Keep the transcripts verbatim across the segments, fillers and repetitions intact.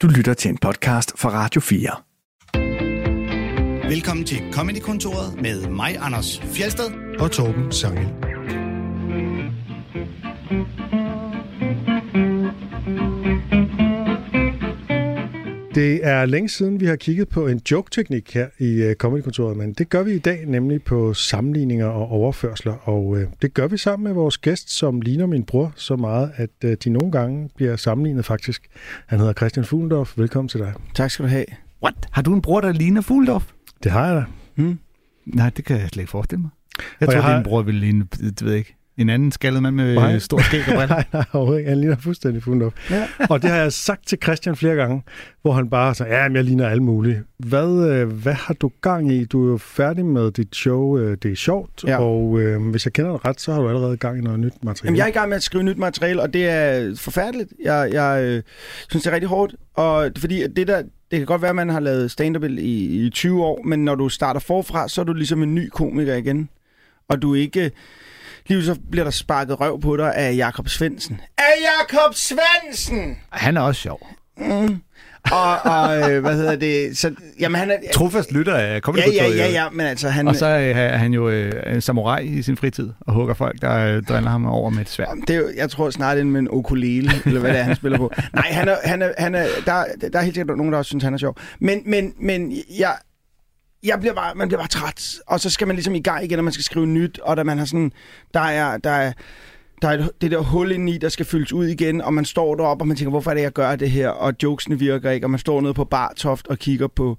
Du lytter til en podcast fra Radio fire. Velkommen til Comedy-kontoret med mig, Anders Fjeldsted og Torben Sangel. Det er længe siden, vi har kigget på en joke-teknik her i uh, Comedy-kontoret, men det gør vi i dag, nemlig på sammenligninger og overførsler, og uh, det gør vi sammen med vores gæst, som ligner min bror så meget, at uh, de nogle gange bliver sammenlignet faktisk. Han hedder Christian Fuglendorf. Velkommen til dig. Tak skal du have. What? Har du en bror, der ligner Fuglendorf? Det har jeg da. Hmm. Nej, det kan jeg slet ikke forestille mig. Jeg og tror, jeg har... din bror ville ligne, det ved jeg ikke. En anden skaldet mand med nej. stor skæg og briller. nej, nej, overhovedet ikke. Han ligner fuldstændig Fuglendorf. Ja. Og det har jeg sagt til Christian flere gange, hvor han bare siger, ja, jeg ligner alle mulige. Hvad, hvad har du gang i? Du er jo færdig med dit show, Det er sjovt, ja. og øh, hvis jeg kender dig ret, så har du allerede gang i noget nyt materiale. Jamen, jeg er i gang med at skrive nyt materiale, og det er forfærdeligt. Jeg, jeg øh, synes, det er rigtig hårdt, og fordi det der... Det kan godt være, at man har lavet stand-up i, i tyve år, men når du starter forfra, så er du ligesom en ny komiker igen. Og du ikke... Lige så bliver der sparket røv på dig af Jakob Svendsen. Af Jakob Svendsen! Han er også sjov. Mm. Og, og øh, hvad hedder det? Så, jamen, han er... Trofast lytter af Comedy ja, ja, ja, ja, men altså han... Og så er han jo øh, en samurai i sin fritid, og hugger folk, der øh, driller ham over med et sværd. Det er jo, jeg tror snart ind med en ukulele, eller hvad det er, han spiller på. Nej, han er, han er, han er, der, der er helt sikkert nogen, der også synes, han er sjov. Men, men, men jeg... Jeg bliver bare, man bliver bare træt, og så skal man ligesom i gang igen, når man skal skrive nyt, og da man har sådan, der er, der er, der er det der hul indeni, der skal fyldes ud igen, og man står deroppe, og man tænker, hvorfor er det, jeg gør det her, og jokesene virker ikke, og man står nede på Bartoft og kigger på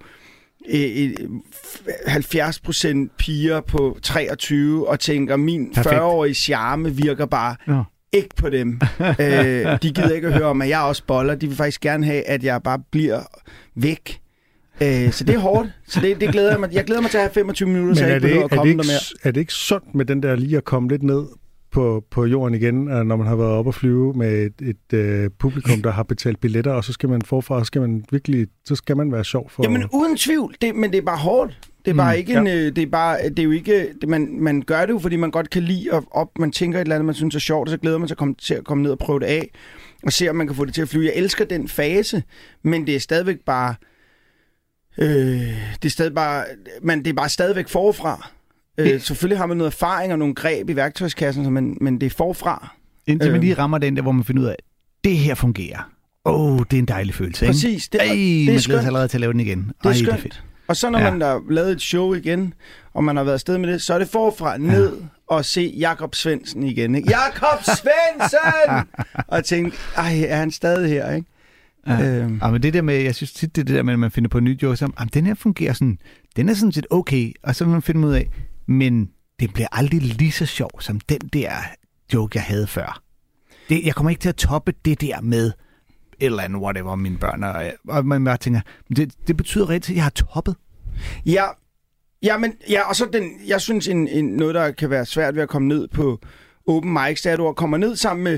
eh, halvfjerds procent piger på treogtyve, og tænker, min fyrre-årige charme virker bare ja. ikke på dem. øh, de gider ikke at høre om, at jeg også boller, de vil faktisk gerne have, at jeg bare bliver væk. Øh, så det er hårdt. Så det, det glæder jeg mig. Jeg glæder mig til at have femogtyve minutter, så jeg ikke behøver at komme der mere. Er det ikke sundt med den der lige at komme lidt ned på, på jorden igen, når man har været oppe og flyve med et, et øh, publikum, der har betalt billetter, og så skal man forfra, så skal man virkelig, så skal man være sjov for... Jamen uden tvivl, det, men det er bare hårdt. Det er bare mm, ikke ja. en, det er bare, det er jo ikke, det, man, man gør det jo, fordi man godt kan lide at op, man tænker et eller andet, man synes er sjovt, og så glæder man sig at komme, til at komme ned og prøve det af, og se om man kan få det til at flyve. Jeg elsker den fase, men det er stadigvæk bare Øh, det er stadig bare, man, det er bare stadigvæk forfra. Øh, selvfølgelig har man noget erfaring og nogle greb i værktøjskassen, men, men det er forfra. Indtil man lige rammer den der, hvor man finder ud af, det her fungerer. Åh, oh, det er en dejlig følelse, ikke? Præcis. Det, Ej, det man er glæder sig allerede til at lave den igen. Det er, Ej, det er fedt. Og så når ja. man har lavet et show igen, og man har været afsted med det, så er det forfra ned ja. og se Jakob Svendsen igen, ikke? Jakob Svendsen! Og jeg tænkte, ej, er han stadig her, ikke? Ja. Øhm. Ja, men det der med, jeg synes tit, det der med, at man finder på en ny joke, som, jamen, den her fungerer sådan, den er sådan set okay, og så vil man finde ud af, men det bliver aldrig lige så sjov, som den der joke, jeg havde før. Det, jeg kommer ikke til at toppe det der med et eller andet, whatever, mine børn, og, og man bare tænker, det, det betyder rigtig, at jeg har toppet. Ja, ja, men, ja, og så den, jeg synes, en, en, noget, der kan være svært ved at komme ned på open mics, det er, at du kommer ned sammen med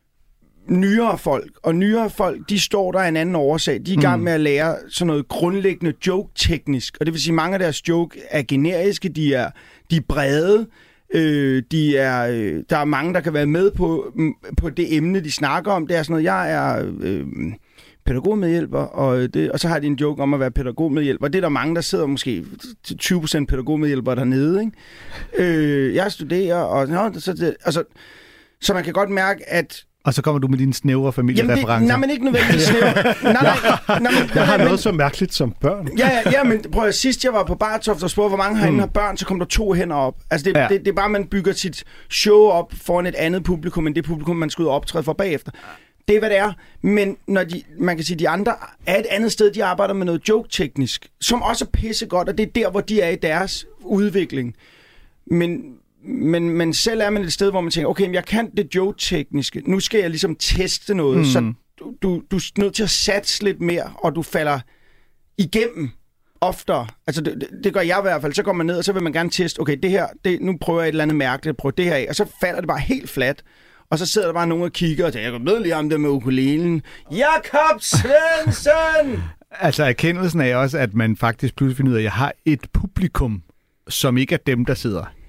nyere folk, og nyere folk, de står der af en anden årsag. De er i gang med at lære sådan noget grundlæggende joke-teknisk, og det vil sige, at mange af deres joke er generiske, de er, de er brede, øh, de er, øh, der er mange, der kan være med på, på det emne, de snakker om. Det er sådan noget, jeg er øh, pædagogmedhjælper, og, det, og så har de en joke om at være pædagogmedhjælper. Det er der mange, der sidder måske tyve procent pædagogmedhjælper dernede, ikke? Øh, jeg studerer, og, nå, så, det, altså, så man kan godt mærke, at og så kommer du med dine snævre familiereferencer. Nej, men ikke nødvendigvis snævre. Nej, nej, nej, nej, men, jeg har noget men, så mærkeligt som børn. Ja, ja, ja, men prøv at sidst jeg var på Bartoft og spurgte, hvor mange herinde mm. har børn, så kom der to hænder op. Altså, det, ja. det, det er bare, man bygger sit show op foran et andet publikum, end det publikum, man skal ud og optræde for bagefter. Det er, hvad det er. Men når de, man kan sige, de andre er et andet sted, de arbejder med noget joke-teknisk, som også er pissegodt, og det er der, hvor de er i deres udvikling. Men... Men, men selv er man et sted, hvor man tænker, okay, jeg kan det joke-tekniske. Nu skal jeg ligesom teste noget. Mm. Så du, du, du er nødt til at satse lidt mere, og du falder igennem oftere. Altså, det, det, det gør jeg i hvert fald. Så går man ned, og så vil man gerne teste, okay, det her, det, nu prøver jeg et eller andet mærkeligt, prøver det her af. Og så falder det bare helt fladt. Og så sidder der bare nogen og kigger, og tænker, jeg går med lige om det med ukulelen. Jakob Svendsen! Altså, erkendelsen er også, at man faktisk pludselig finder ud af, at jeg har et publikum, som ikke er dem, der sidder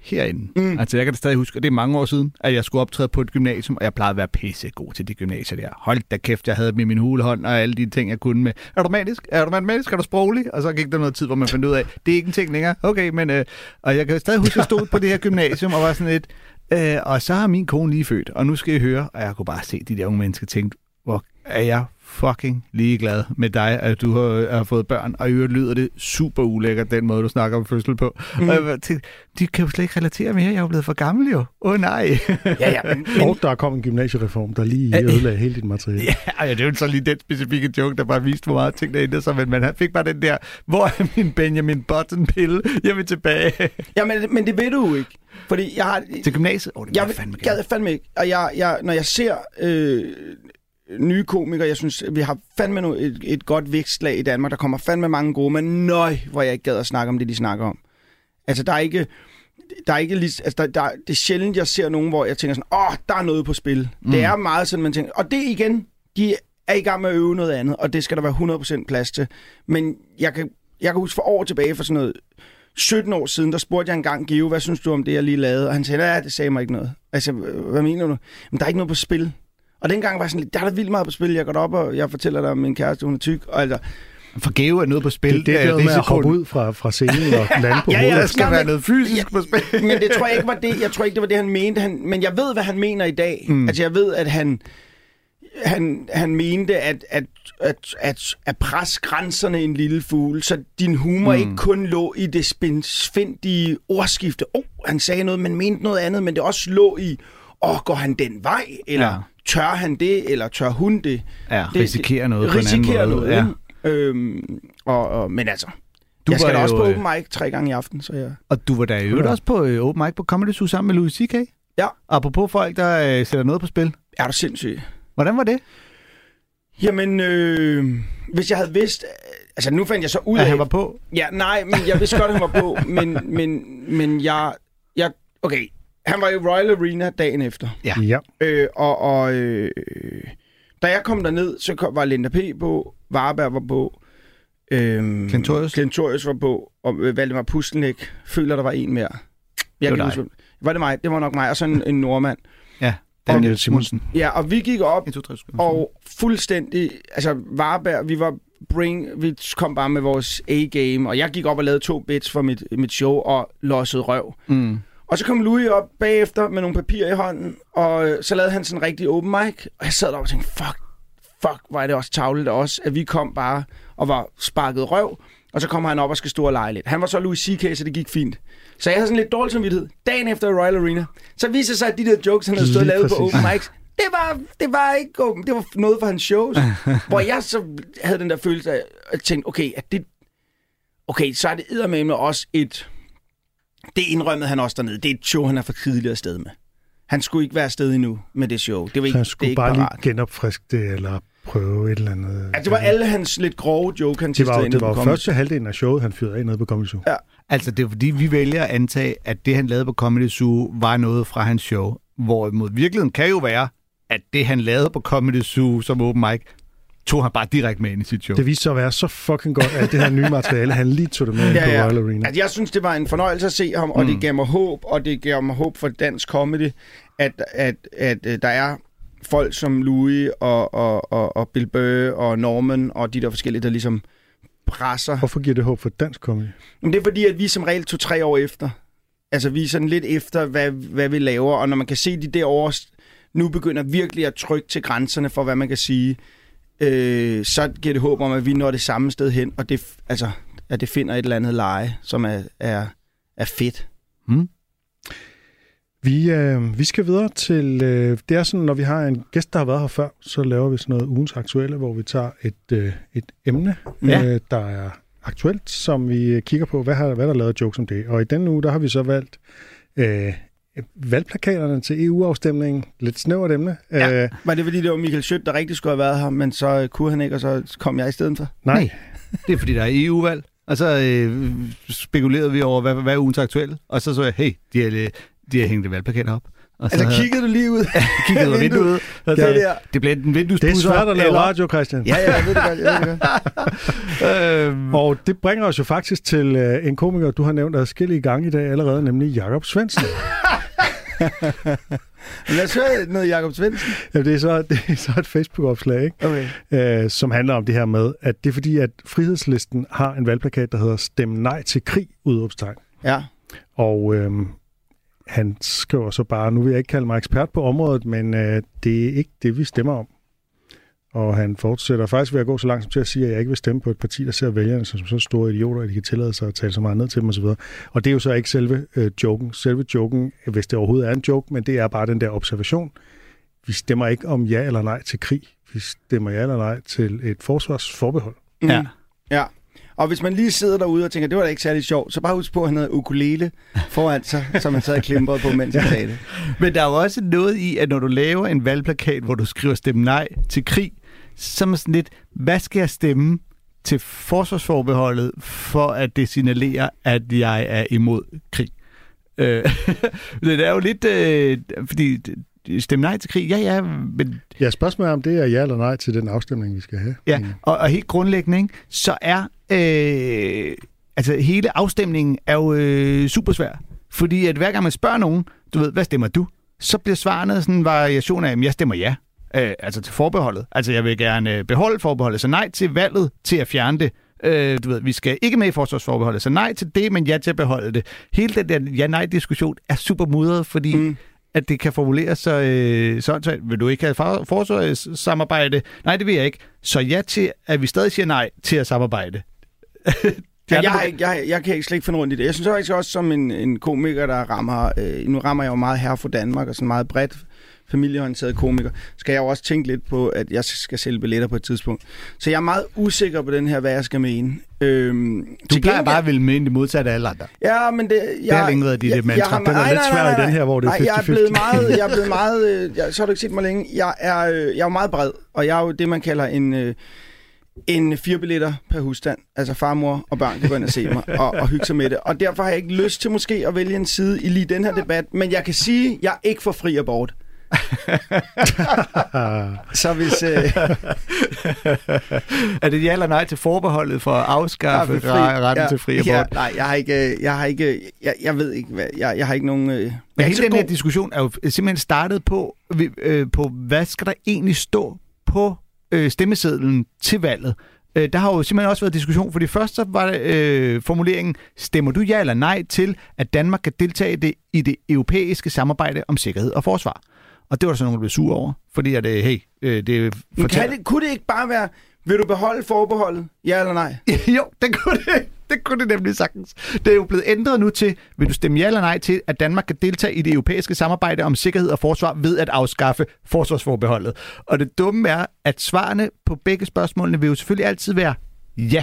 herinde. Mm. Altså, jeg kan da stadig huske, og det er mange år siden, at jeg skulle optræde på et gymnasium, og jeg plejede at være pissegod til de gymnasier der. Hold da kæft, jeg havde med min hulehånd og alle de ting, jeg kunne med. Er du matematisk? Er du matematisk? Er du sproglig? Og så gik der noget tid, hvor man fandt ud af, det er ikke en ting længere. Okay, men... Øh, og jeg kan stadig huske, at jeg stod på det her gymnasium og var sådan lidt... Øh, og så har min kone lige født, og nu skal I høre, og jeg kunne bare se de der unge mennesker tænke, hvor er jeg fucking ligeglad med dig, at du har, har fået børn, og i øvrigt lyder det super ulækkert, den måde, du snakker om fødsel på. Mm. Og jeg tænkte, de kan jo slet ikke relatere mere, jeg er jo blevet for gammel jo. Åh oh, nej. Ja, ja, men, men... Og der kom en gymnasiereform, der lige ødelagde hele dit materiale. Ja, ja, det er jo så lige den specifikke joke, der bare viste, hvor meget ting der ændrede sig, men man fik bare den der, hvor er min Benjamin Button-pille? Jeg vil tilbage. Ja, men, men det ved du jo ikke. Fordi jeg har... Til gymnasiet? Åh, oh, det jeg jeg fandme gad fandme ikke. Og jeg, jeg, når jeg ser øh, nye komikere, jeg synes, vi har fandme nu et, et godt vækstlag i Danmark. Der kommer fandme mange gode, men nøj, hvor jeg ikke gad at snakke om det, de snakker om. Altså, der er ikke... Der er ikke lige, altså der, der, det er sjældent, jeg ser nogen, hvor jeg tænker sådan, åh, der er noget på spil. Mm. Det er meget sådan, man tænker... Og det igen, de er i gang med at øve noget andet, og det skal der være hundrede procent plads til. Men jeg kan, jeg kan huske for år tilbage, for sådan noget... sytten år siden, der spurgte jeg engang Geo, hvad synes du om det, jeg lige lavede? Og han sagde, ja, det sagde mig ikke noget. Altså, hvad mener du? Men der er ikke noget på spil. Og dengang var jeg sådan lidt, der er der vildt meget på spil. Jeg går op, og jeg fortæller dig om min kæreste, hun er tyk. Og altså, for Geo er noget på spil. Det, det er det med at hoppe ud fra, fra scenen og lande på ja, hovedet. Ja, der skal Nå, være men, noget fysisk ja, på spil. Men det tror jeg ikke var det, jeg tror ikke, det var det, han mente. Han, men jeg ved, hvad han mener i dag. Mm. Altså, jeg ved, at han... Han, han mente, at, at, at, at, at presse grænserne en lille fugl, så din humor mm. ikke kun lå i det spinsfindige ordskifte. Åh, oh, han sagde noget, men mente noget andet, men det også lå i, åh, oh, går han den vej? Eller ja. Tør han det? Eller tør hun det? Ja, det, risikerer noget det, på en anden måde. Noget, ja. øhm, og, og, men altså, du jeg skal da også på open mic tre gange i aften. Så jeg... Og du var der jo ja. også på uh, open mic på Comedy Zoo sammen med Louis C K? Ja. Apropos folk, der uh, sætter noget på spil. Er du sindssyg? Hvordan var det? Jamen, øh, hvis jeg havde vidst... Altså, nu fandt jeg så ud af... At han var på? Ja, nej, men jeg vidste godt, at han var på, men, men, men jeg, jeg... Okay, han var i Royal Arena dagen efter. Ja. ja. Øh, og og øh, da jeg kom derned, så kom, var Linda P. på, Varberg var på, øh, Klentorius. Klentorius var på, og øh, Valdemar Pustelnik føler, der var en mere. Jeg det var kan huske, var det mig? Det var nok mig, og så en, en nordmand. Ja. Daniel Simonsen. Ja, og vi gik op, og fuldstændig, altså Varberg, vi var bring, vi kom bare med vores A-game, og jeg gik op og lavede to bits for mit, mit show, og lossede røv. Mm. Og så kom Louis op bagefter med nogle papirer i hånden, og så lavede han sådan en rigtig open mic, og jeg sad deroppe og tænkte, fuck, fuck, var det også tavligt også, at vi kom bare og var sparket røv, og så kommer han op og skal stå og lege lidt. Han var så Louis C K, så det gik fint. Så jeg havde sådan lidt dårlig samvittighed. Dagen efter Royal Arena, så viste det sig, at de der jokes, han havde stået og lavet på open mics, det var, det var ikke open, det var noget for hans shows. Hvor jeg så havde den der følelse af, at tænkte, okay, at det, okay, så er det eddermame også et, det indrømmede han også dernede, det er et show, han er for tidligere afsted med. Han skulle ikke være afsted endnu med det show. Det var ikke, han skulle det ikke bare parat. Lige genopfriske det, eller prøve et eller andet. Ja, det var alle hans lidt grove joke, han det var, det var jo første halvdelen af showet, han fyrede af nede på Comedy Zoo. Ja. Altså, det er fordi, vi vælger at antage, at det, han lavede på Comedy Zoo, var noget fra hans show. Hvorimod virkeligheden kan jo være, at det, han lavede på Comedy Zoo som open mic, tog han bare direkte med ind i sit show. Det viste sig at være så fucking godt, at det her nye materiale, han lige tog det med ja, på ja. Royal Arena. Altså, jeg synes, det var en fornøjelse at se ham, og mm. det gav mig håb, og det gav mig håb for dansk comedy, at, at, at, at der er folk som Louis og, og, og, og Bill Burr og Norman og de der forskellige, der ligesom presser. Hvorfor giver det håb for dansk comedy? Men det er fordi, at vi som regel to-tre år efter. Altså, vi er sådan lidt efter, hvad, hvad vi laver, og når man kan se de derovre nu begynder virkelig at trykke til grænserne for, hvad man kan sige, øh, så giver det håb om, at vi når det samme sted hen, og det, altså, at det finder et eller andet leje, som er, er, er fedt. Hmm. Vi, øh, vi skal videre til... Øh, det er sådan, når vi har en gæst, der har været her før, så laver vi sådan noget ugens aktuelle, hvor vi tager et, øh, et emne, ja. øh, der er aktuelt, som vi kigger på, hvad har hvad der er lavet jokes om det. Og i denne uge, der har vi så valgt øh, valgplakaterne til E U-afstemningen. Lidt snævert emne. Ja. Øh, var det fordi, det var Michael Schødt, der rigtig skulle have været her, men så kunne han ikke, og så kom jeg i stedet for? Nej. Nej. Det er fordi, der er E U-valg. Og så øh, spekulerede vi over, hvad, hvad er ugens aktuelle. Og så så jeg, hey, de har, de har hængt valgplakater op. Og altså, så, kiggede du lige ud? kiggede ud af vinduet. Og så, det, der. det blev en vinduespusser. Det er svært at lave eller... radio, Christian. Ja, ja, jeg ved det godt. Jeg ved det godt. øhm. Og det bringer os jo faktisk til uh, en komiker, du har nævnt adskillige gange i dag allerede, nemlig Jakob Svendsen. Men jeg så noget Jakob Svendsen. Ja, det er så, det er så et Facebook-opslag, ikke? Okay. Uh, som handler om det her med, at det er fordi, at Frihedslisten har en valgplakat, der hedder Stem nej til krig, udråbstegn. Ja. Og øhm, han skriver så bare, nu vil jeg ikke kalde mig ekspert på området, men øh, det er ikke det, vi stemmer om. Og han fortsætter faktisk ved at gå så langt som til at sige, at jeg ikke vil stemme på et parti, der ser vælgerne som så store idioter, at de kan tillade sig at tale så meget ned til dem osv. Og det er jo så ikke selve øh, joken. Selve joken, hvis det overhovedet er en joke, men det er bare den der observation. Vi stemmer ikke om ja eller nej til krig. Vi stemmer ja eller nej til et forsvarsforbehold. Mm. Ja. Ja. Og hvis man lige sidder derude og tænker, det var da ikke særlig sjovt, så bare husk på, at han havde ukulele foran sig, som han sad og klimpede på, mens han sagde det. Men der er jo også noget i, at når du laver en valgplakat, hvor du skriver stemme nej til krig, så er man sådan lidt, hvad skal jeg stemme til forsvarsforbeholdet, for at det signalerer, at jeg er imod krig? Øh, det er jo lidt, øh, fordi stemme nej til krig, ja, ja, men... Ja, spørgsmålet er, om det er ja eller nej til den afstemning, vi skal have. Ja, og, og helt grundlæggende, ikke, så er øh, altså hele afstemningen er jo øh, super svær. Fordi at hver gang man spørger nogen, du ved, hvad stemmer du? Så bliver svarene sådan en variation af, at jeg stemmer ja. Øh, altså til forbeholdet. Altså jeg vil gerne beholde forbeholdet, så nej til valget til at fjerne det. Øh, du ved, vi skal ikke med i forsvarsforbeholdet, så nej til det, men ja til at beholde det. Hele den der ja-nej-diskussion er super mudret, fordi mm. at det kan formuleres så øh, sådan, vil du ikke have forsvarssamarbejde? Nej, det vil jeg ikke. Så ja til, at vi stadig siger nej til at samarbejde. Ja, jeg, jeg, jeg kan ikke slet ikke finde rundt i det. Jeg synes faktisk også, som en, en komiker, der rammer... Øh, nu rammer jeg jo meget her for Danmark, og sådan meget bredt familieorienteret komiker, skal jeg jo også tænke lidt på, at jeg skal sælge billetter på et tidspunkt. Så jeg er meget usikker på den her, hvad jeg skal mene. Øhm, du plejer bare at ville mene det modsatte af alle andre. Ja, men det... Jeg, det har længe været dit jeg, mantra. Jeg, den er lidt svær i den her, hvor det er halvtreds halvtreds. Jeg er blevet meget... Jeg er blevet meget jeg, så har du ikke set mig længe. Jeg er, jeg er jo meget bred, og jeg er jo det, man kalder en... Øh, en fire billetter per husstand. Altså far, mor og børn kan gå ind og se mig og, og hygge sig med det. Og derfor har jeg ikke lyst til måske at vælge en side i lige den her debat. Men jeg kan sige, at jeg er ikke for fri abort. Så hvis... Øh... er det ja eller nej til forbeholdet for at afskaffe fri, retten ja, til fri abort? Ja, nej, jeg har ikke... Jeg, har ikke, jeg, jeg ved ikke, hvad... Jeg, jeg har ikke nogen... Øh... Men hele den her diskussion er jo simpelthen startet på, øh, på, hvad skal der egentlig stå på øh, stemmesedlen til valget? Øh, der har jo simpelthen også været diskussion, fordi først så var det, øh, formuleringen, stemmer du ja eller nej til, at Danmark kan deltage det, i det europæiske samarbejde om sikkerhed og forsvar? Og det var der så nogen, der blev sur over, fordi at, hey, øh, det fortæller... det, kunne det ikke bare være, vil du beholde forbeholdet, ja eller nej? Jo, det kunne det. Det kunne det nemlig sagtens. Det er jo blevet ændret nu til, vil du stemme ja eller nej til, at Danmark kan deltage i det europæiske samarbejde om sikkerhed og forsvar ved at afskaffe forsvarsforbeholdet. Og det dumme er, at svarene på begge spørgsmålene vil jo selvfølgelig altid være ja.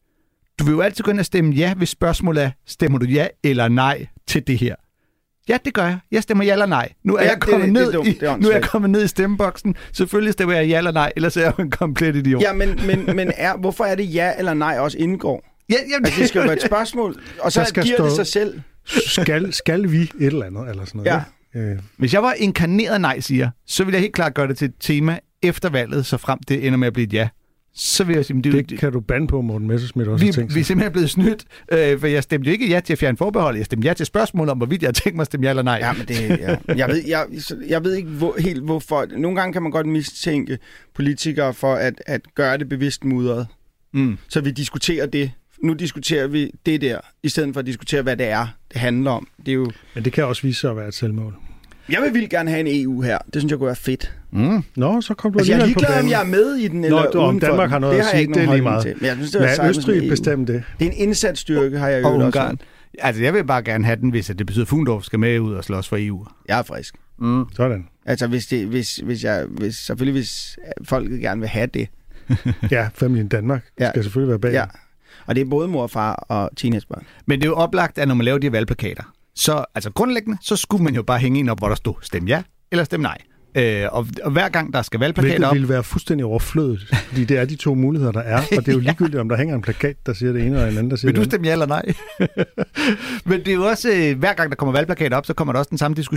Du vil jo altid gå ind og stemme ja, hvis spørgsmålet er, stemmer du ja eller nej til det her? Ja, det gør jeg. Jeg stemmer ja eller nej. Nu er, ja, jeg, kommet det, ned det, det er dumt, i, nu er jeg kommet ned i stemmeboksen. Selvfølgelig stemmer jeg ja eller nej, ellers er jeg jo en komplet idiot. Ja, men, men, men er, hvorfor er det ja eller nej også indgår? Ja, jamen, altså, det skal jo være et spørgsmål, og så giver stå, det sig selv. Skal, skal vi et eller andet, eller sådan noget? Ja. Øh. Hvis jeg var inkarneret nej-siger, så ville jeg helt klart gøre det til et tema efter valget, så frem det ender med at blive et ja. Så vil jeg sige, det, det kan du bande på, Morten Messerschmidt også. Vi, vi er simpelthen blevet snydt, øh, for jeg stemte jo ikke ja til at fjerne forbeholdet. Jeg stemte ja til spørgsmålet om, hvorvidt jeg har tænkt mig at stemme ja eller nej. Ja, men det, ja. jeg, ved, jeg, jeg ved ikke hvor, helt hvorfor. Nogle gange kan man godt mistænke politikere for at, at gøre det bevidst mudret. Mm. Så vi diskuterer det. Nu diskuterer vi det der, i stedet for at diskutere, hvad det er, det handler om. Det er jo... Men det kan også vise sig at være et selvmål. Jeg vil vildt gerne have en E U her. Det synes jeg kunne være fedt. Mm. Nå, så kom du altså, alligevel på banen. Jeg er ligeglad, om jeg er med i den, eller Nå, udenfor. Danmark har noget det at sige, det er lige meget. Til. Men jeg synes, det var ja, Østrig bestemmer det. Det er en indsatsstyrke, har jeg jo også. Ungarn. Altså, jeg vil bare gerne have den, hvis det betyder, at Fundorf skal med ud og slås for E U. Jeg er frisk. Mm. Sådan. Altså, hvis det, hvis, hvis jeg, hvis, selvfølgelig hvis folket gerne vil have det. Ja, familien Danmark ja. skal selvfølgelig være bag. Ja. Og det er både mor og far og teenagebørn. Men det er jo oplagt, at når man laver de valgplakater, så altså grundlæggende, så skulle man jo bare hænge en op, hvor der stod, stem ja eller stem nej. Øh, og, og hver gang der skal valgplakater Hvilket op... ville være fuldstændig overflødet, fordi det er de to muligheder, der er, og det er jo ligegyldigt, om der hænger en plakat, der siger det ene, eller en anden, der siger Vil det du stemme ja eller nej? Men det er jo også, øh, hver gang der kommer valgplakater op, så kommer der også den samme diskussion.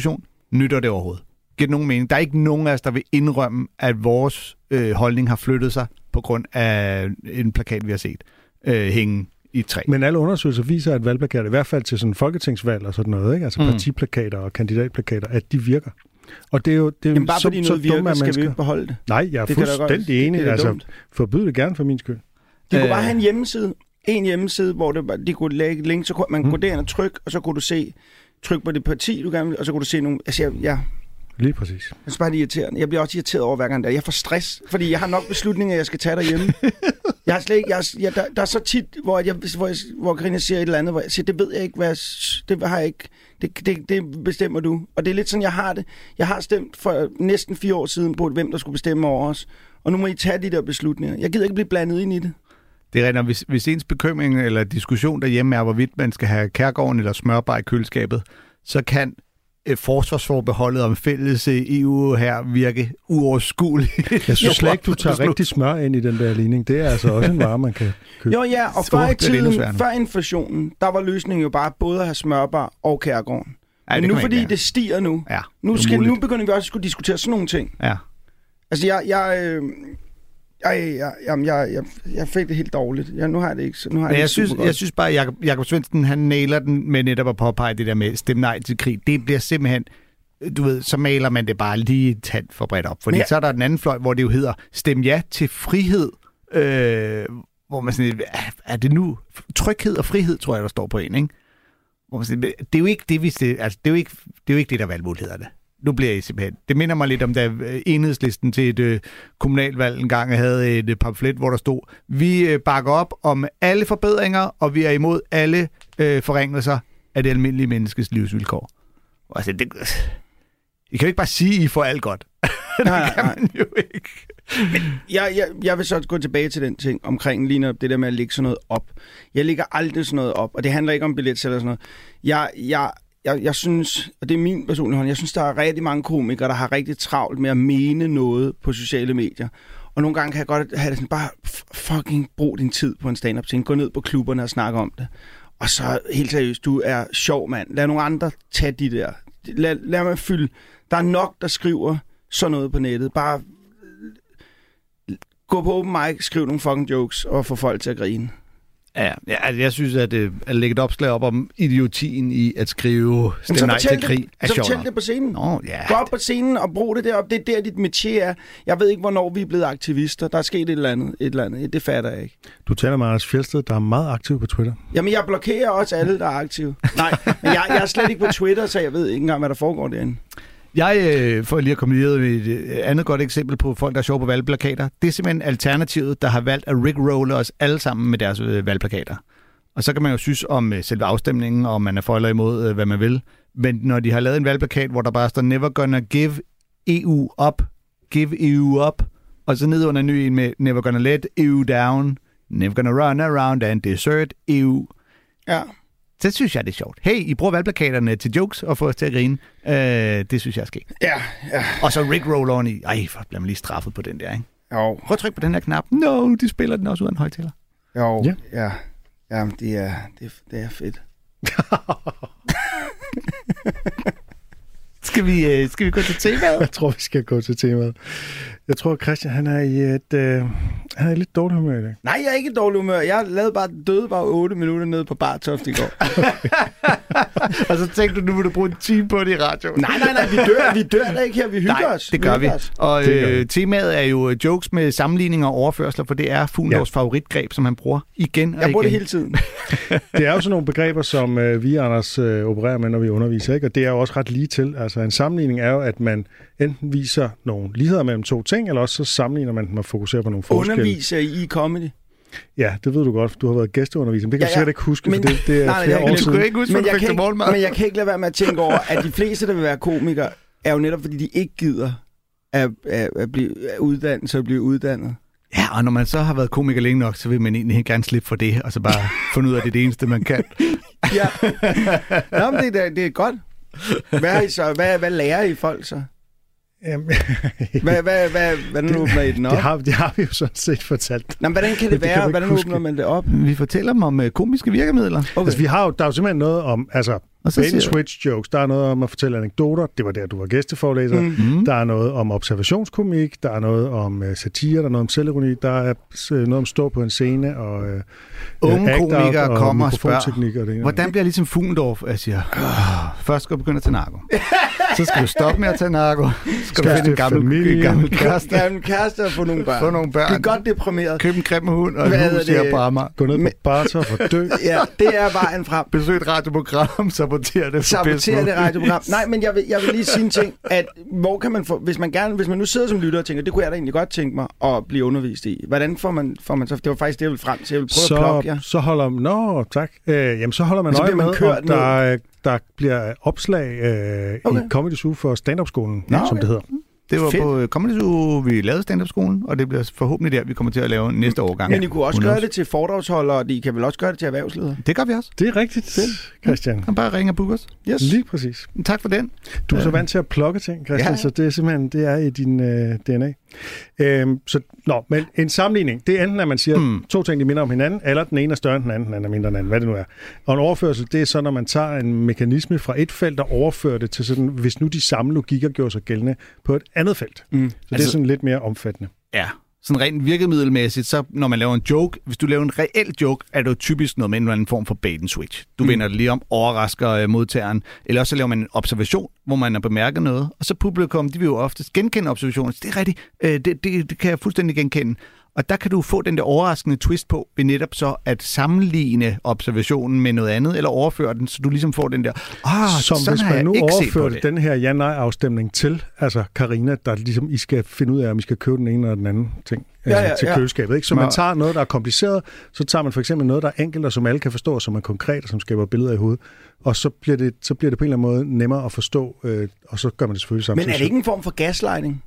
nytter det overhovedet? Giver det nogen mening? Der er ikke nogen af os, der vil indrømme, at vores øh, holdning har flyttet sig på grund af en plakat, vi har set øh, hænge i et træ. Men alle undersøgelser viser, at valgplakater, i hvert fald til sådan folketingsvalg og sådan noget, ikke? Altså mm. partiplakater og kandidatplakater, at de virker. Og det er jo det er Jamen bare så, fordi noget virker, skal vi ikke beholde det? Nej, jeg er det fuldstændig enig. Altså, forbyd det gerne for min skyld. De kunne bare have en hjemmeside. En hjemmeside, hvor det bare, de kunne lægge et link, så kunne man mm. gå derind og trykke, og så kunne du se, tryk på det parti, du gerne vil, og så kunne du se nogle... Altså, jeg, ja. Lige præcis. Jeg synes bare, det er irriterende. Jeg bliver også irriteret over hver gang der. Jeg får stress, fordi jeg har nok beslutninger, jeg skal tage derhjemme. Jeg har slet ikke... Jeg, jeg, der, der er så tit, hvor jeg, hvor, jeg, hvor Karina siger et eller andet, hvor jeg siger, det ved jeg ikke, hvad jeg, det har jeg ikke... Det, det, det bestemmer du. Og det er lidt sådan, jeg har det. Jeg har stemt for næsten fire år siden på, hvem der skulle bestemme over os. Og nu må I tage de der beslutninger. Jeg gider ikke blive blandet ind i det. Det er rigtigt, hvis, hvis ens bekymring eller diskussion derhjemme er, hvorvidt man skal have Kærgården eller smørbar i køleskabet, så kan et forsvarsforbeholdet om fælles E U her virke uoverskueligt. Jeg synes slet ikke, du tager rigtig smør ind i den der ligning. Det er altså også en vare, man kan købe. Jo ja, og før i tiden, før inflationen, der var løsningen jo bare både at have smørbar og Kærgården. Men nu fordi det stiger nu, ja, nu, skal, nu begynder vi også at skulle diskutere sådan nogle ting. Ja. Altså jeg... jeg øh, Jeg, jeg, jeg, jeg, jeg fik det helt dårligt. Jeg, nu har jeg det ikke. Nu har jeg, jeg, det synes, jeg synes bare, at Jakob, Jakob Svendsen, han nailer den med netop at påpege det der med stemme nej til krig. Det bliver simpelthen, du ved, så maler man det bare lige et tand for bredt op. Fordi ja. Så er der den anden fløj, hvor det jo hedder stem ja til frihed. Øh, hvor man sådan, er det nu tryghed og frihed, tror jeg, der står på en, ikke? Hvor man sådan, det er jo ikke det, vi ser, altså, det er jo ikke, det er jo ikke det, der er valgmulighederne. Nu bliver jeg simpelthen... Det minder mig lidt om, da Enhedslisten til et øh, kommunalvalg engang havde et øh, pamflet, hvor der stod, vi øh, bakker op om alle forbedringer, og vi er imod alle øh, forringelser af det almindelige menneskes livsvilkår. Altså, det, I kan jo ikke bare sige, I får alt godt. Det nej, kan nej. man jo ikke. Men jeg, jeg, jeg vil så gå tilbage til den ting omkring lige det der med at lægge sådan noget op. Jeg lægger aldrig sådan noget op, og det handler ikke om billet eller sådan noget. Jeg... jeg Jeg, jeg synes, og det er min personlige hånd, jeg synes, der er rigtig mange komikere, der har rigtig travlt med at mene noget på sociale medier. Og nogle gange kan jeg godt have det sådan, bare fucking brug din tid på en stand-up scene. Gå ned på klubberne og snakke om det. Og så helt seriøst, du er sjov, mand. Lad nogle andre tage de der. Lad, lad mig fylde. Der er nok, der skriver sådan noget på nettet. Bare gå på open mic, skriv nogle fucking jokes og få folk til at grine. Ja, altså jeg synes, at, øh, at lægge et opslag op om idiotien i at skrive stem nej til krig er sjovt. Så fortæl det på scenen. Nå, ja. Gå op på scenen og brug det derop. Det er der, dit métier er. Jeg ved ikke, hvornår vi er blevet aktivister. Der er sket et eller andet. Et eller andet. Det fatter jeg ikke. Du taler med Anders Fjeldsted, der er meget aktiv på Twitter. Jamen, jeg blokerer også alle, der er aktive. Nej, men jeg, jeg er slet ikke på Twitter, så jeg ved ikke engang, hvad der foregår derinde. Jeg øh, får lige at komme videre med et andet godt eksempel på folk, der er sjove på valgplakater. Det er simpelthen Alternativet, der har valgt at rickrolle os alle sammen med deres øh, valgplakater. Og så kan man jo synes om øh, selve afstemningen, og man er for eller imod, øh, hvad man vil. Men når de har lavet en valgplakat, hvor der bare står never gonna give E U up, give E U up, og så ned under en ny en med never gonna let E U down, never gonna run around and desert E U. Ja. Så synes jeg, det er sjovt. Hey, I bruger valgplakaterne til jokes og får os til at grine. Øh, det synes jeg er sket. Ja, ja. Og så rickrolleren i. Ej, for bliver man lige straffet på den der, ikke? Jo. Prøv at trykke på den her knap. No, de spiller den også ud af en højtaler. Jo, ja. ja. Jamen, det er, det, det er fedt. Skal vi, øh, skal vi gå til temaet? Jeg tror, vi skal gå til temaet. Jeg tror, Christian, han er i et, øh, han er i lidt dårligt humør i dag. Nej, jeg er ikke i dårlig humør. Jeg lavede bare døde bare otte minutter nede på Bartoft i går. Og så tænkte du, nu vil du bruge en time på det i radio. Nej, nej, nej, vi dør, vi dør da ikke her. Vi hygger nej, os. det gør vi. vi. Og øh, temaet er jo jokes med sammenligninger og overførsler, for det er Fuglendorfs ja. favoritgreb, som han bruger igen og igen. Jeg bruger det hele tiden. Det er jo sådan nogle begreber, som øh, vi, Anders, øh, opererer med, når vi underviser, ikke? Og det er jo også ret lige til. Altså en sammenligning er jo, at man enten viser nogle ligheder mellem to ting, eller også så sammenligner man dem og fokuserer på nogle forskelle. Underviser I i comedy? Ja, det ved du godt. Du har været gæsteunderviser. Det kan ja, ja. du sikkert ikke huske, men, for det, det er nej, flere nej, år siden. Du kan ikke huske, men, jeg kan ikke, men jeg kan ikke lade være med at tænke over, at de fleste, der vil være komikere, er jo netop, fordi de ikke gider at, at, at blive at uddannet, så at blive uddannet. Ja, og når man så har været komiker længe nok, så vil man egentlig gerne slippe for det, og så bare finde ud af, det er det eneste, man kan. Ja. Nå, men det, er, det er godt. Hvad, er I så? Hvad, hvad lærer I folk så? hvad, hvad, hvad, hvordan åbner I den op? Det har, det har vi jo sådan set fortalt. Nå, hvordan kan det, det være? Kan hvordan huske. Åbner man det op? Vi fortæller dem om uh, komiske virkemidler. Okay. Altså, vi har jo, der er jo simpelthen noget om, altså, Og så siger switch jokes. Der er noget om at fortælle anekdoter. Det var der, du var gæsteforelæser. Mm. Der er noget om observationskomik. Der er noget om uh, satire. Der er noget om selvironi. Der er uh, noget om stå på en scene. Og uh, unge komikere kommer og spørger, og det, hvordan bliver jeg ligesom Fuglendorf? Jeg siger, først skal du begynde at tage narko. Så skal du stoppe med at tage narko. Skal, skal du finde en gammel, gammel kæreste. Gammel kæreste og få nogle børn. Få nogle børn. Det er godt deprimeret. Køb en grim hund og en hus her på Amager. Gå ned på barter for dø. Ja, det er vejen frem. Besøg et radioprogram, sabotere det. Sabotere det radioprogram. Nej, men jeg vil, jeg vil lige sige en ting, at hvor kan man få, hvis man gerne, hvis man nu sidder som lytter og tænker, det kunne jeg da egentlig godt tænke mig at blive undervist i. Hvordan får man, får man så, det var faktisk det, jeg ville frem til. Jeg vil prøve så, at plukke jer. Så holder man, nå, tak. Øh, jamen, så holder man øje med, om der, der bliver opslag øh, okay. i Comedy Zoo for stand-up-skolen, nå, som okay. det hedder. Det var Fedt. På Comedy Zoo, vi lavede stand-up-skolen, og det bliver forhåbentlig der, vi kommer til at lave næste årgang. Men I kunne også gøre det til foredragsholdere, og I kan vel også gøre det til erhvervsledere? Det gør vi også. Det er rigtigt, Fedt. Christian. Han bare ringe og booke os. Yes. Lige præcis. Tak for den. Du er så vant til at plukke ting, Christian, ja. Så det er simpelthen, det er i din øh, D N A. Øhm, så, nå, men en sammenligning, det er enten, at man siger, mm. to ting, de minder om hinanden, eller den ene er større end den anden, den anden er mindre end den anden, hvad det nu er. Og en overførsel, det er så, når man tager en mekanisme fra et felt og overfører det til sådan, hvis nu de samme logikker gjorde sig gældende på et andet felt. Mm. Så altså, det er sådan lidt mere omfattende. Ja, sådan rent virkemiddelmæssigt, så når man laver en joke, hvis du laver en reel joke, er det jo typisk noget med en eller anden form for bait and switch. Du mm. vender det lige om, overrasker øh, modtageren, eller også så laver man en observation, hvor man har bemærket noget, og så publikum, de vil jo oftest genkende observationen. Det er rigtigt, øh, det, det, det kan jeg fuldstændig genkende. Og der kan du få den der overraskende twist på, ved netop så at sammenligne observationen med noget andet, eller overføre den, så du ligesom får den der, ah, som hvis man nu overførte den her ja-nej-afstemning til, altså Carina, der ligesom, I skal finde ud af, om I skal købe den ene eller den anden ting ja, altså, ja, til ja. køleskabet. Ikke? Så man tager noget, der er kompliceret, så tager man for eksempel noget, der er enkelt, og som alle kan forstå, og som er konkret, og som skaber billeder i hovedet. Og så bliver det, så bliver det på en eller anden måde nemmere at forstå, øh, og så gør man det selvfølgelig samtidig. Men er det ikke en form for gaslighting?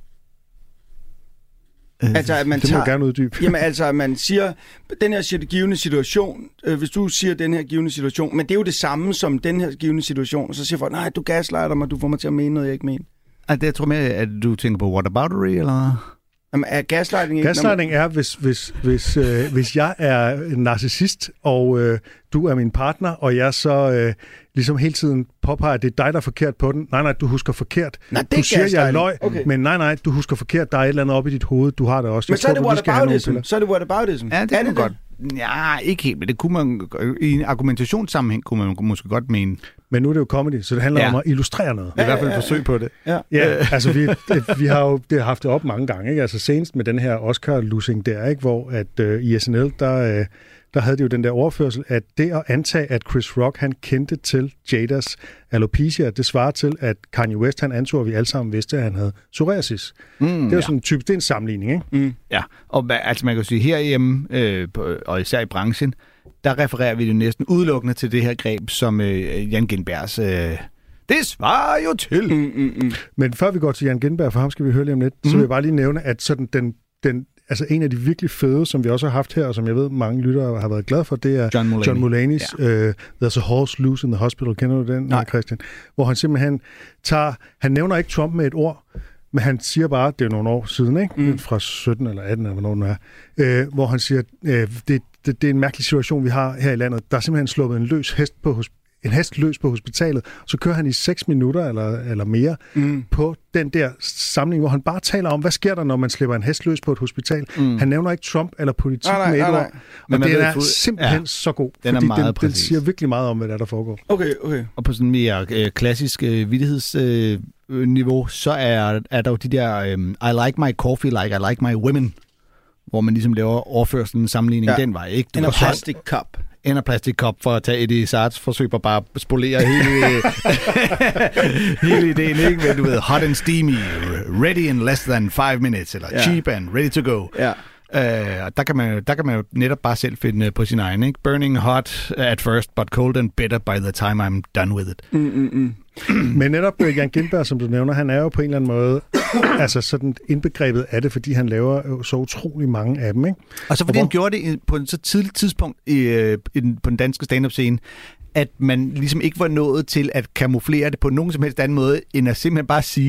Altså, at man det må tager, jeg gerne uddybe. Jamen altså, at man siger, den her givende situation, øh, hvis du siger den her givende situation, men det er jo det samme som den her givende situation, og så siger folk, nej, du gaslighter mig, du får mig til at mene noget, jeg ikke mener. Er det, jeg tror mere, at du tænker på whataboutery, eller? Jamen, er gaslighting ikke... Gaslighting er, hvis, hvis, hvis, øh, hvis jeg er en narcissist, og øh, du er min partner, og jeg så øh, ligesom hele tiden påpeger, at det er dig, der er forkert på den. Nej, nej, du husker forkert. Nej, du siger, jeg er løg, okay. Men nej, nej, du husker forkert. Der er et eller andet oppe i dit hoved. Du har det også. Men jeg så, tror, er det whataboutism. Så er det whataboutism. Ja, det er det godt. Ja, ikke helt, men det kunne man, i en argumentationssammenhæng kunne man måske godt mene. Men nu er det jo comedy, så det handler ja. om at illustrere noget. Det er i hvert fald et forsøg på det. Ja, ja altså vi, det, vi har jo det har haft det op mange gange, ikke? Altså senest med den her Oscar-losing der, ikke? Hvor at øh, i S N L, der, øh, der havde de jo den der overførsel, at det at antage, at Chris Rock, han kendte til Jadas alopecia, det svarer til, at Kanye West, han antog, at vi alle sammen vidste, at han havde psoriasis. Mm, det er jo ja. sådan en type, det er en sammenligning, ikke? Mm. Ja, og altså man kan sige, herhjemme, øh, og især i branchen, der refererer vi jo næsten udelukkende til det her greb, som øh, Jan Gindbergs... Øh, det svarer jo til. Mm, mm, mm. Men før vi går til Jan Gindberg, for ham skal vi høre lige om lidt, mm. så vil jeg bare lige nævne, at sådan den, den, altså en af de virkelig fede, som vi også har haft her, og som jeg ved, mange lyttere har været glade for, det er John Mulaney. John Mulaney's ja. uh, There's a Horse Loose in the Hospital. Kender du den, Nej. Christian? Hvor han simpelthen tager... Han nævner ikke Trump med et ord, men han siger bare, det er nogle år siden, ikke? Mm. Fra sytten eller atten, eller hvornår den er, øh, hvor han siger, øh, det, det, det er en mærkelig situation, vi har her i landet. Der er simpelthen sluppet en løs hest på en hest løs på hospitalet, så kører han i seks minutter eller, eller mere mm. på den der samling, hvor han bare taler om, hvad sker der, når man slipper en hest løs på et hospital. Mm. Han nævner ikke Trump eller politik nej, nej, med et nej, nej. ord. Og den er fuld... simpelthen ja. så god, den er fordi meget den, den siger virkelig meget om, hvad der, der foregår. Okay, okay. Og på sådan mere øh, klassisk øh, vittighedsniveau, øh, så er, er der jo de der øh, I like my coffee like I like my women, hvor man ligesom laver overførselen sammenligning ja. den vej. Ikke? En plastic cup. En af plastikkop for at tage Eddie Izzards forsøg på bare at spolere hele, hele ideen, ikke? Men du ved, hot and steamy, ready in less than five minutes, eller yeah. cheap and ready to go. Ja. Uh, der, kan man, der kan man netop bare selv finde på sin egen, ikke? Burning hot at first, but cold and bitter by the time I'm done with it. Mm, mm, mm. Men netop Jan Gindberg, som du nævner, han er jo på en eller anden måde altså sådan indbegrebet af det, fordi han laver så utrolig mange af dem, ikke? Og så fordi og hvor... han gjorde det på et så tidligt tidspunkt i, i, på den danske stand-up-scene, at man ligesom ikke var nået til at kamuflere det på nogen som helst anden måde, end at simpelthen bare sige,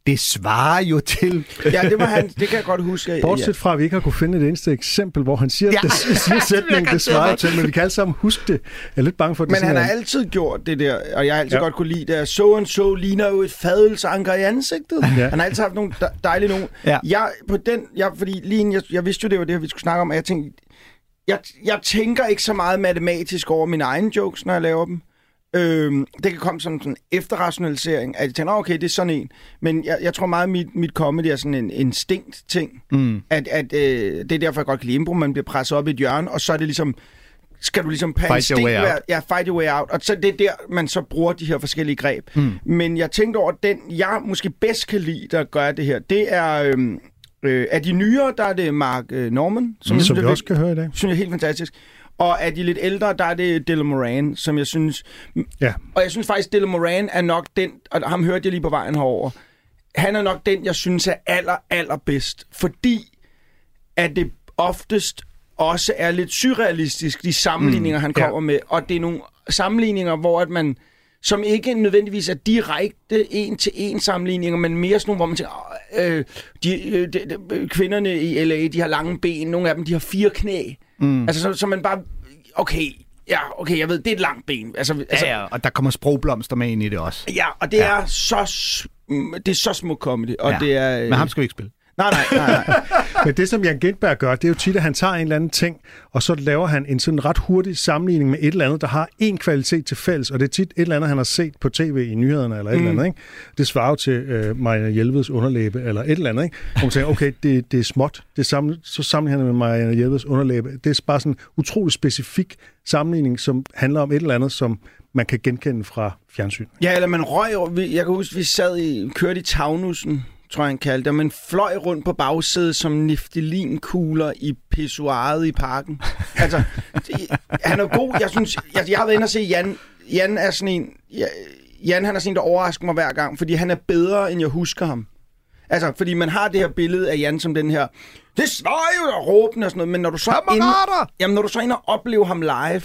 det svarer jo til... Ja, det var han, det kan jeg godt huske. Bortset fra, at vi ikke har kunne finde et eneste eksempel, hvor han siger, ja. det, siger sætningen, det svarer til, men vi kan alle sammen huske det. Jeg er lidt bange for, at det Men han har en... altid gjort det der, og jeg har altid ja. godt kunne lide det. So and so ligner jo et fadelsanker i ansigtet. Ja. Han har altid haft nogle dejlige nogle. Ja. Jeg, på den, jeg, fordi lige jeg, jeg vidste jo, det var det, vi skulle snakke om, og jeg tænkte, jeg, jeg tænker ikke så meget matematisk over mine egne jokes, når jeg laver dem. Øhm, det kan komme som sådan en efterrationalisering, at jeg tænker, okay, det er sådan en. Men jeg, jeg tror meget, at mit, mit comedy er sådan en instinkt-ting. Mm. At, at øh, det er derfor, jeg godt kan lide impro. Man bliver presset op i et hjørne, og så er det ligesom, skal du ligesom per instinkt være, ja, fight your way out. Og så det er der, man så bruger de her forskellige greb. Mm. Men jeg tænkte over, den jeg måske bedst kan lide, der gør det her, det er... Øhm, øh, af de nyere, der er det Mark øh, Norman, som, mm, jeg, som synes, vi også kan høre i dag. Synes jeg er helt fantastisk. Og af de lidt ældre, der er det Dylan Moran, som jeg synes... Ja. Og jeg synes faktisk, Dylan Moran er nok den... Og ham hørte jeg lige på vejen herover. Han er nok den, jeg synes er aller, allerbedst. Fordi at det oftest også er lidt surrealistisk, de sammenligninger, mm. han kommer ja. med. Og det er nogle sammenligninger, hvor at man... Som ikke nødvendigvis er direkte en-til-en sammenligninger, men mere sådan nogle, hvor man tænker... Øh, de, de, de, kvinderne i L A, de har lange ben. Nogle af dem, de har fire knæ. Mm. Altså, så, så man bare... Okay, ja, okay, jeg ved, det er et langt ben. Altså, ja, altså, ja, og der kommer sprogblomster med ind i det også. Ja, og det ja. er så... Det er så smuk comedy, og ja. det er... Men ham skal vi ikke spille. Nej, nej, nej, nej. Men det, som Jan Gintberg gør, det er jo tit, at han tager en eller anden ting, og så laver han en sådan ret hurtig sammenligning med et eller andet, der har en kvalitet til fælles, og det er tit et eller andet, han har set på tv i nyhederne, eller et mm. eller andet, ikke? Det svarer til øh, Marianne Jelveds underlæbe, eller et eller andet, ikke? Hvor man tænker, okay, det, det er småt, det er samlet, så sammenligner han med Marianne Jelveds underlæbe. Det er bare sådan en utrolig specifik sammenligning, som handler om et eller andet, som man kan genkende fra fjernsyn. Ja, eller man røg, jeg kan huske, vi sad i, kørte i Tagnussen, tror jeg, han kaldte det. Man fløj rundt på bagsædet som niftelinkuler i pissoiret i parken. Altså, han er god. Jeg synes, jeg, jeg har været inde og se Jan. Jan er sådan en... Jan, han er sådan en, der overrasker mig hver gang, fordi han er bedre, end jeg husker ham. Altså, fordi man har det her billede af Jan som den her... Det svarer jo der råben og sådan noget, men når du så ind, jamen, når du så ind og oplever ham live,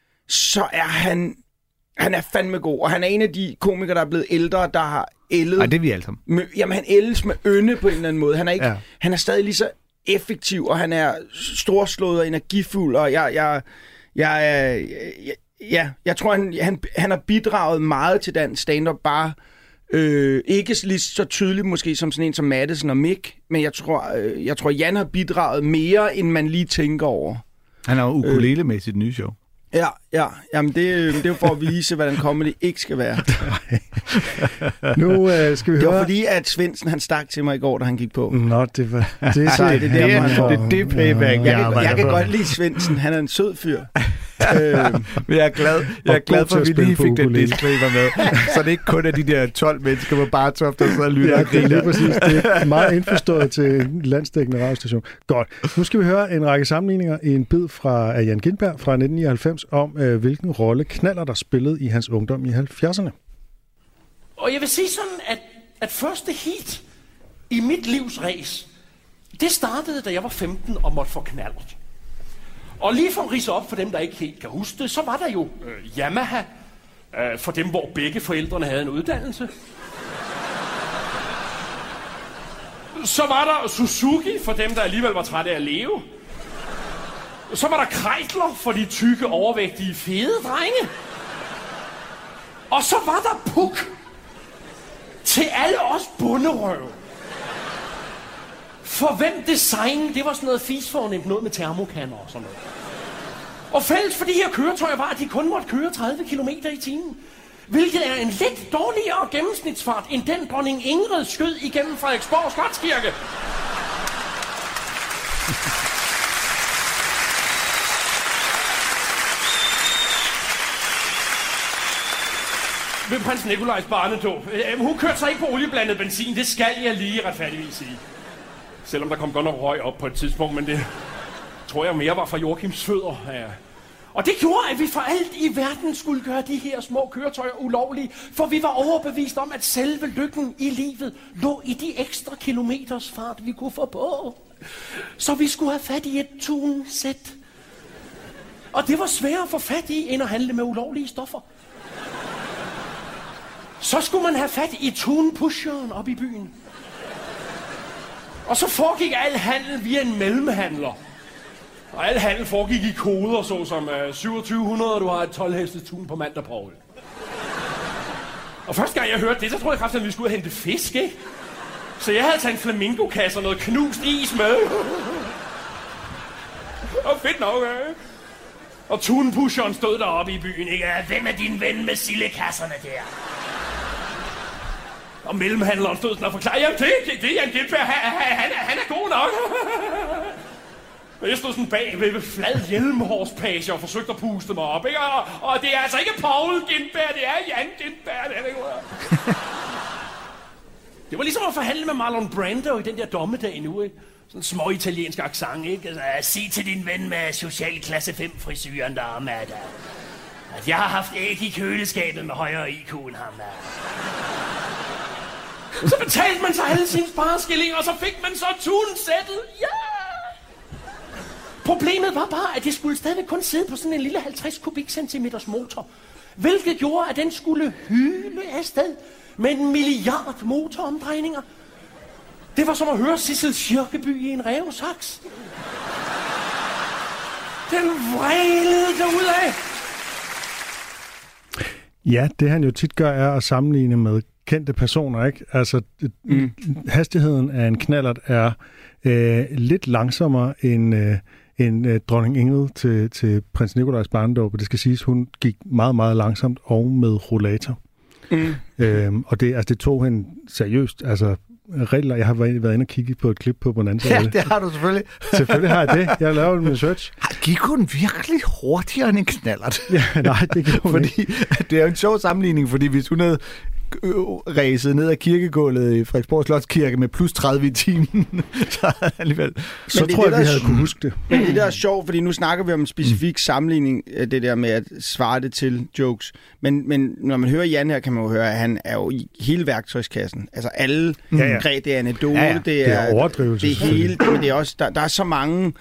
så er han... Han er fandme god, og han er en af de komikere, der er blevet ældre, der har ældet... Nej, det er vi alle sammen. Med, jamen, han ældes med ynde på en eller anden måde. Han er, ikke, ja. han er stadig lige så effektiv, og han er storslået og energifuld, og jeg... jeg, jeg, jeg, jeg ja, jeg tror, han, han, han har bidraget meget til den stand-up, bare øh, ikke lige så tydeligt måske som sådan en som Madison og Mick, men jeg tror, øh, jeg tror, Jan har bidraget mere, end man lige tænker over. Han har jo ukulele øh, med sit nye show. Ja, ja. Jamen, det, det er jo for at vise, hvordan comedy ikke skal være. Nu øh, skal vi det høre... var fordi, at Svendsen, han stak til mig i går, da han gik på. Nå, det var... Det, det, Sej, det, det, der, det, får... det, det er payback. Jeg, jeg, jeg kan godt lide Svendsen. Han er en sød fyr. øhm. Jeg er glad, jeg er glad for, at vi lige fik den disclaimer med. Så det ikke kun er de der tolv mennesker på Bartoft, der sidder og lytter og griner. Det er præcis. Det er meget indforstået til en landsdækkende radiostation. Godt. Nu skal vi høre en række sammenligninger i en bid fra af Jan Gintberg fra nitten nioghalvfems om, øh, hvilken rolle Knaller der spillede i hans ungdom i halvfjerdserne. Og jeg vil sige sådan, at, at første heat i mit livs race, det startede, da jeg var femten og måtte få knallert. Og lige for at ridse op for dem, der ikke helt kan huske det, så var der jo øh, Yamaha, øh, for dem, hvor begge forældrene havde en uddannelse. Så var der Suzuki, for dem, der alligevel var trætte af at leve. Så var der Kreisler, for de tykke, overvægtige, fede drenge. Og så var der Puk, til alle os bunderøve. For hvem design, det var sådan noget fisfornemt, noget med termokanner og sådan noget. Og fælles for de her køretøjer var, at de kun måtte køre tredive kilometer i timen. Hvilket er en lidt dårligere gennemsnitsfart, end den dronning Ingrid skød igennem Frederiksborg Slotskirke. Ved prins Nikolajs barnedåb. Hun kørte sig ikke på olieblandet benzin, det skal jeg lige retfærdigvis sige. Selvom der kom godt nok røg op på et tidspunkt, men det tror jeg mere var fra Joachims fødder. Ja. Og det gjorde, at vi for alt i verden skulle gøre de her små køretøjer ulovlige, for vi var overbevist om, at selve lykken i livet lå i de ekstra kilometers fart, vi kunne få på. Så vi skulle have fat i et tunesæt. Og det var sværere at få fat i, end at handle med ulovlige stoffer. Så skulle man have fat i tune-pusheren op i byen. Og så foregik al handel via en mellemhandler. Og al handel foregik i koder, såsom uh, syvogtyve hundrede, og du har et tolv hestes tun på mandag, Paul. Og første gang jeg hørte det, så troede jeg kraftigt, at vi skulle ud og hente fisk, ikke? Så jeg havde taget en flamingokasse og noget knust is med. Og fedt nok, ikke? Og tunpusheren stod deroppe i byen, ikke? Hvem er din ven med sildekasserne der? Og mellemhandleren stod sådan og forklarede, jamen det, det, det er Jan Gintberg, han, han, han er god nok. Og jeg stod sådan bag ved flad hjelmhårspage og forsøgte at puste mig op, ikke? Og, og det er altså ikke Paul Gintberg, det er Jan Gintberg, det er det ikke? Det var ligesom at forhandle med Marlon Brando i den der dommedag nu, ikke? Sådan en små italiensk accent, ikke? Altså, sig til din ven med social klasse fem frisyren derom, at, at jeg har haft æg i køleskabet med højere I Q end ham, der. Så betalte man så alle sine spareskillinger, og så fik man så tunesættet. Ja! Problemet var bare, at det skulle stadigvæk kun sidde på sådan en lille halvtreds kubikcentimeters motor. Hvilket gjorde, at den skulle hyle afsted med en milliard motoromdrejninger. Det var som at høre Sissel Kyrkjebø i en rævesaks. Den vrælede derudad. Ja, det han jo tit gør, er at sammenligne med kendte personer, ikke? Altså, mm. hastigheden af en knallert er øh, lidt langsommere end, øh, end øh, dronning Ingrid til, til prins Nikolajs barndåb, og det skal siges, hun gik meget, meget langsomt og med rollator. Mm. Øhm, og det, altså, det tog hende seriøst, altså regler. Jeg har været inde og kigge på et klip på Bonanza. Ja, det har du selvfølgelig. Selvfølgelig har jeg det. Jeg har lavet en research. Gik hun virkelig hurtigere end en knallert? Ja, nej, det gjorde hun fordi, ikke. Det er jo en sjov sammenligning, fordi hvis hun havde ræset ned ad kirkegulvet i Frederiksborg Slotskirke med plus tredive i timen, så alligevel. Så tror jeg, vi havde kunne huske det. Men det der er sjovt, fordi nu snakker vi om en specifik sammenligning, det der med at svare det til jokes. Men, men når man hører Jan her, kan man jo høre, at han er jo i hele værktøjskassen. Altså alle ja, ja. greb, det er anekdote, ja, ja. det er, det er overdrivelse. Det er hele, men det er også, der, der er så mange.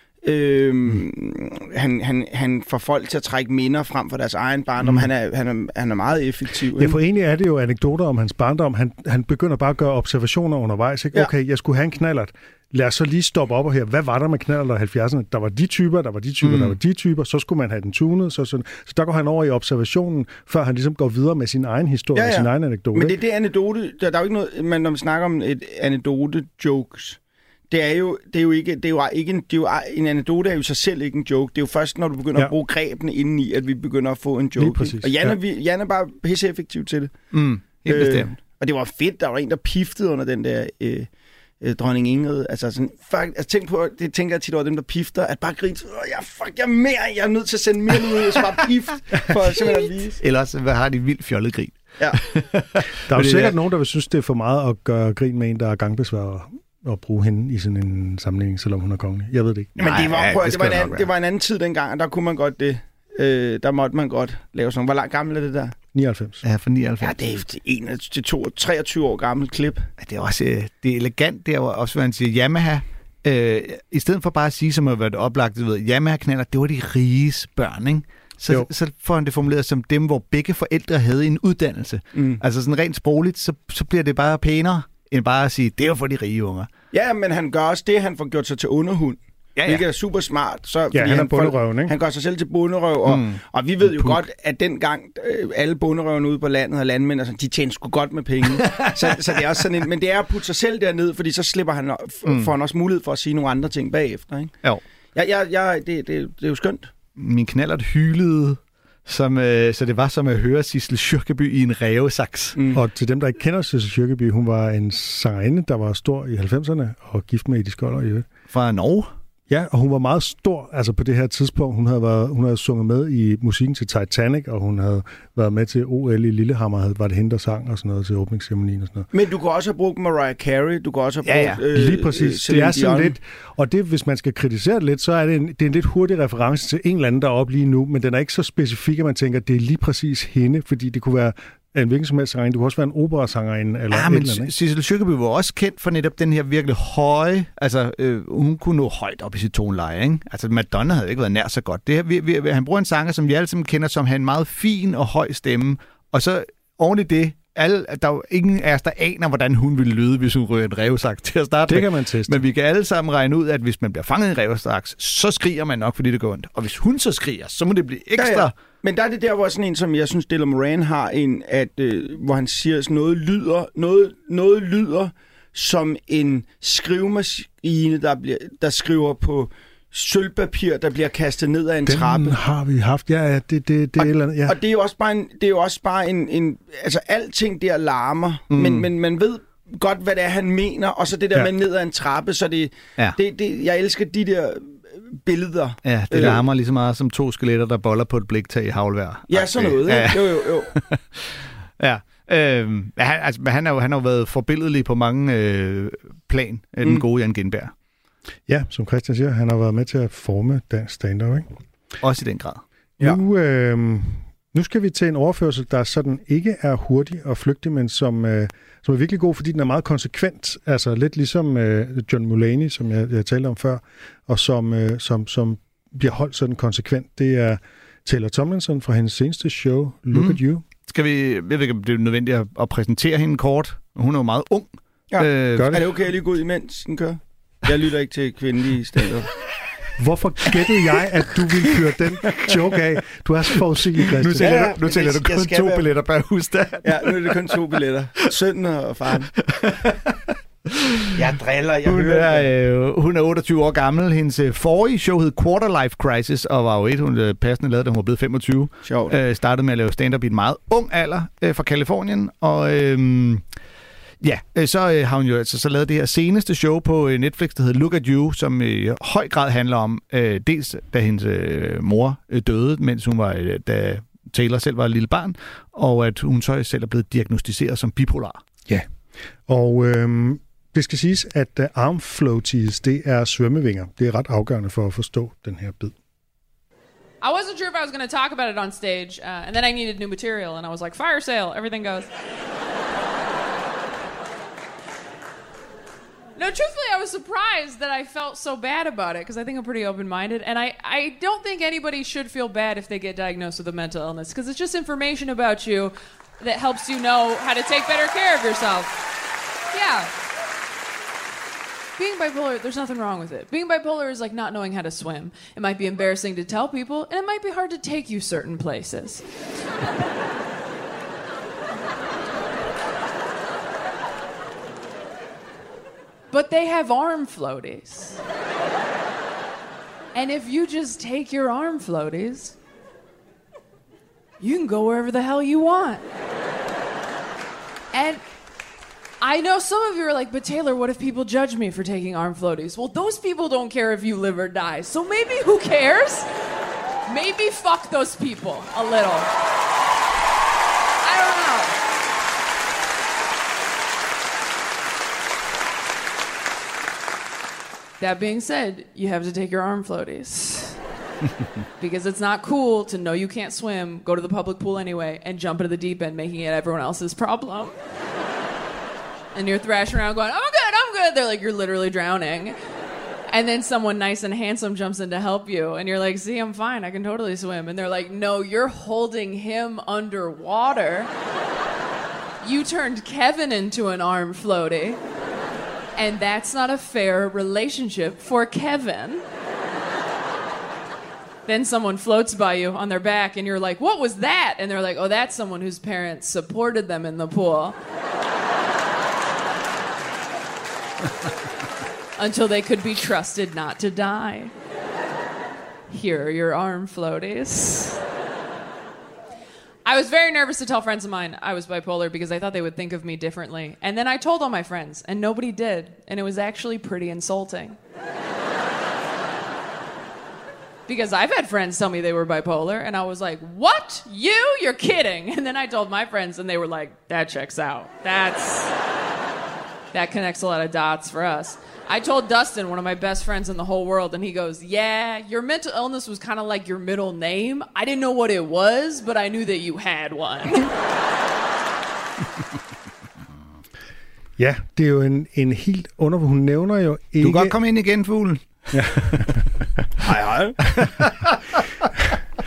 Øhm, han, han, han får folk til at trække minder frem for deres egen barndom. Mm. Han, er, han, er, han er meget effektiv. Ja, for egentlig er det jo anekdoter om hans barndom. Han, han begynder bare at gøre observationer undervejs. Ikke? Ja. Okay, jeg skulle have en knallert. Lad os så lige stoppe op og her. Hvad var der med knallert i halvfjerdserne? Der var de typer, der var de typer, mm. der var de typer. Så skulle man have den tunet. Så, så, så der går han over i observationen, før han ligesom går videre med sin egen historie, ja, ja. sin egen anekdote. Men det er det anekdote. Der, der er jo ikke noget, man, når man snakker om et anekdote-jokes, Det er jo, det er jo ikke, det er jo ikke en, det er jo, en anekdote er jo sig selv ikke en joke. Det er jo først, når du begynder ja. at bruge grebene indeni, at vi begynder at få en joke. Og Jan er, ja. Jan er bare pisse effektiv til det. Mm, helt øh, bestemt. Og det var fedt, der var en, der piftede under den der øh, øh, dronning Ingrid. Altså sådan, fuck, altså tænk på, det tænker jeg tit over dem, der pifter, at bare grine, oh, jeg, fuck, jeg er mere, jeg er nødt til at sende mere ud, og så bare pift, for simpelthen at vise. Ellers hvad har de vildt fjollet grin. Ja. Der er jo sikkert der... nogen, der vil synes, det er for meget at gøre grin med en, der er gangbesværet at bruge hende i sådan en sammenligning, selvom hun er kongelig. Jeg ved det ikke. Men det var, prøv, det, det, var en anden, det var en anden tid dengang, og der kunne man godt det. Øh, der måtte man godt lave sådan. Hvor langt gammel er det der? nioghalvfems. Ja, for nioghalvfems. Ja, det er enogtyve, to, treogtyve år gammelt klip. Ja, det er også det er elegant, det er også, hvad man siger, Yamaha. Øh, I stedet for bare at sige, som har været oplagt, du ved, Yamaha-knaller, det var de riges børn, ikke? Så, så får han det formuleret som dem, hvor begge forældre havde en uddannelse. Mm. Altså sådan rent sprogligt, så, så bliver det bare pænere, end bare at sige, det er jo for de rige unger. Ja, men han gør også det, han får gjort sig til underhund. Ja, ja. Hvilket er super smart. Så, ja, han er han, bunderøven, ikke? Han gør sig selv til bunderøv, og, mm. og vi ved jo Pup. godt, at dengang øh, alle bunderøvene ude på landet og landmænd, og sådan, de tjener sgu godt med penge. så, så det er også sådan en, men det er at putte sig selv derned, fordi så slipper han, mm. får han også mulighed for at sige nogle andre ting bagefter, ikke? Jo. Ja, ja, ja det, det, det er jo skønt. Min knallert hylede, som, øh, så det var som at høre Sissel Kyrkjebø i en rævesaks. Mm. Og til dem, der ikke kender Sissel Kyrkjebø, hun var en sangerinde, der var stor i halvfemserne og gift med Edith Skoller i øvrigt. Fra Norge? Ja, og hun var meget stor, altså på det her tidspunkt. Hun havde, været, hun havde sunget med i musikken til Titanic, og hun havde været med til O L i Lillehammer, var det hende, der sang og sådan noget til åbningsceremonien og sådan noget. Men du kan også have brugt Mariah Carey, du kan også have brugt... Ja, ja. Øh, lige præcis. Øh, det er sådan lidt, og det, hvis man skal kritisere det lidt, så er det en, det er en lidt hurtig reference til en eller anden, der er oppe lige nu, men den er ikke så specifik, at man tænker, at det er lige præcis hende, fordi det kunne være en hvilken som helst sangerinde. Du kan også være en operasangerinde eller ja, et men eller andet. Sissel Kyrkjebø var også kendt for netop den her virkelig høje, altså øh, hun kunne nå højt op i sit toneleje, ikke? Altså Madonna havde ikke været nær så godt. Det her, vi, vi, han bruger en sanger, som vi alle sammen kender, som har en meget fin og høj stemme, og så oven i det alle, der er jo ingen af os, der aner, hvordan hun ville lyde, hvis hun rører en rævesaks til at starte Det med. kan man teste. Men vi kan alle sammen regne ud, at hvis man bliver fanget i en rævesaks, så skriger man nok, fordi det går ondt. Og hvis hun så skriger, så må det blive ekstra... Ja, ja. Men der er det der, hvor sådan en, som jeg synes, Dylan Moran har en, at, øh, hvor han siger, sådan noget lyder, noget, noget lyder som en skrivemaskine, der, bliver, der skriver på sølvpapir, der bliver kastet ned ad en Den trappe. har vi haft. Ja, ja, det, det, det og, er eller andet. Ja. Og det er jo også bare en, det er jo også bare en, en altså alting der larmer, mm. men, men man ved godt, hvad det er, han mener, og så det der ja. med ned ad en trappe, så det, ja. det, det, jeg elsker de der billeder. Ja, det larmer øh. lige så meget som to skeletter, der boller på et bliktag i havlvejr. Ja, sådan noget. Ja. Jo, jo, jo. ja. Øhm, han, altså, han, har jo, han har jo været forbilledlig på mange øh, plan, den mm. gode Jan Gindberg. Ja, som Christian siger, han har været med til at forme dansk stand-up, ikke? Også i den grad. Ja. Nu, øh, nu skal vi til en overførsel, der sådan ikke er hurtig og flygtig, men som, øh, som er virkelig god, fordi den er meget konsekvent. Altså lidt ligesom øh, John Mulaney, som jeg, jeg talte om før, og som, øh, som, som bliver holdt sådan konsekvent. Det er Taylor Tomlinson fra hendes seneste show, Look mm. at You. Skal vi, jeg ved ikke, om det er nødvendigt at, at præsentere hende kort. Hun er jo meget ung. Ja, øh, gør det. Er det okay at lige gå ud, imens den kører? Jeg lytter ikke til kvindelige stand-up. Hvorfor gættede jeg, at du ville køre den joke af? Du er så forudsigelig, Christian. Nu tæller, ja, ja, du, nu tæller du kun to være... billetter per husstand. Ja, nu er det kun to billetter. Sønnen og faren. Jeg driller, jeg hun hører er, øh, hun er otteogtyve år gammel. Hendes øh, forrige show hed Quarter Life Crisis, og var jo et, hun øh, passende lavede, da hun var blevet femogtyve. Sjovt. Øh, startede med at lave stand-up i en meget ung alder øh, fra Kalifornien, og... Øh, Ja, så øh, har hun jo altså så lavet det her seneste show på øh, Netflix, der hedder Look at You, som i øh, høj grad handler om, øh, dels da hendes øh, mor øh, døde, mens hun var, øh, da Taylor selv var et lille barn, og at hun så selv er blevet diagnosticeret som bipolar. Ja, og øh, det skal siges, at uh, arm floaties, det er svømmevinger. Det er ret afgørende for at forstå den her bid. I wasn't sure if I was going to talk about it on stage, uh, and then I needed new material, and I was like, fire sale, everything goes. No, truthfully, I was surprised that I felt so bad about it, because I think I'm pretty open-minded, and I, I don't think anybody should feel bad if they get diagnosed with a mental illness, because it's just information about you that helps you know how to take better care of yourself. Yeah. Being bipolar, there's nothing wrong with it. Being bipolar is like not knowing how to swim. It might be embarrassing to tell people, and it might be hard to take you certain places. But they have arm floaties. And if you just take your arm floaties, you can go wherever the hell you want. And I know some of you are like, but Taylor, what if people judge me for taking arm floaties? Well, those people don't care if you live or die. So maybe who cares? Maybe fuck those people a little. I don't know. That being said, you have to take your arm floaties. Because it's not cool to know you can't swim, go to the public pool anyway, and jump into the deep end, making it everyone else's problem. And you're thrashing around going, I'm good, I'm good. They're like, you're literally drowning. And then someone nice and handsome jumps in to help you. And you're like, see, I'm fine. I can totally swim. And they're like, no, you're holding him underwater. You turned Kevin into an arm floaty. And that's not a fair relationship for Kevin. Then someone floats by you on their back and you're like, what was that? And they're like, oh, that's someone whose parents supported them in the pool. Until they could be trusted not to die. Here are your arm floaties. I was very nervous to tell friends of mine I was bipolar because I thought they would think of me differently. And then I told all my friends, and nobody did. And it was actually pretty insulting. Because I've had friends tell me they were bipolar, and I was like, what? You? You're kidding. And then I told my friends, and they were like, that checks out. That's... That connects a lot of dots for us. I told Dustin, one of my best friends in the whole world, and he goes, yeah, your mental illness was kind of like your middle name. I didn't know what it was, but I knew that you had one. Ja, det er jo en, en helt under... Hun nævner jo ikke... Du kan godt komme ind igen, fuglen. Ja. Hej, hej.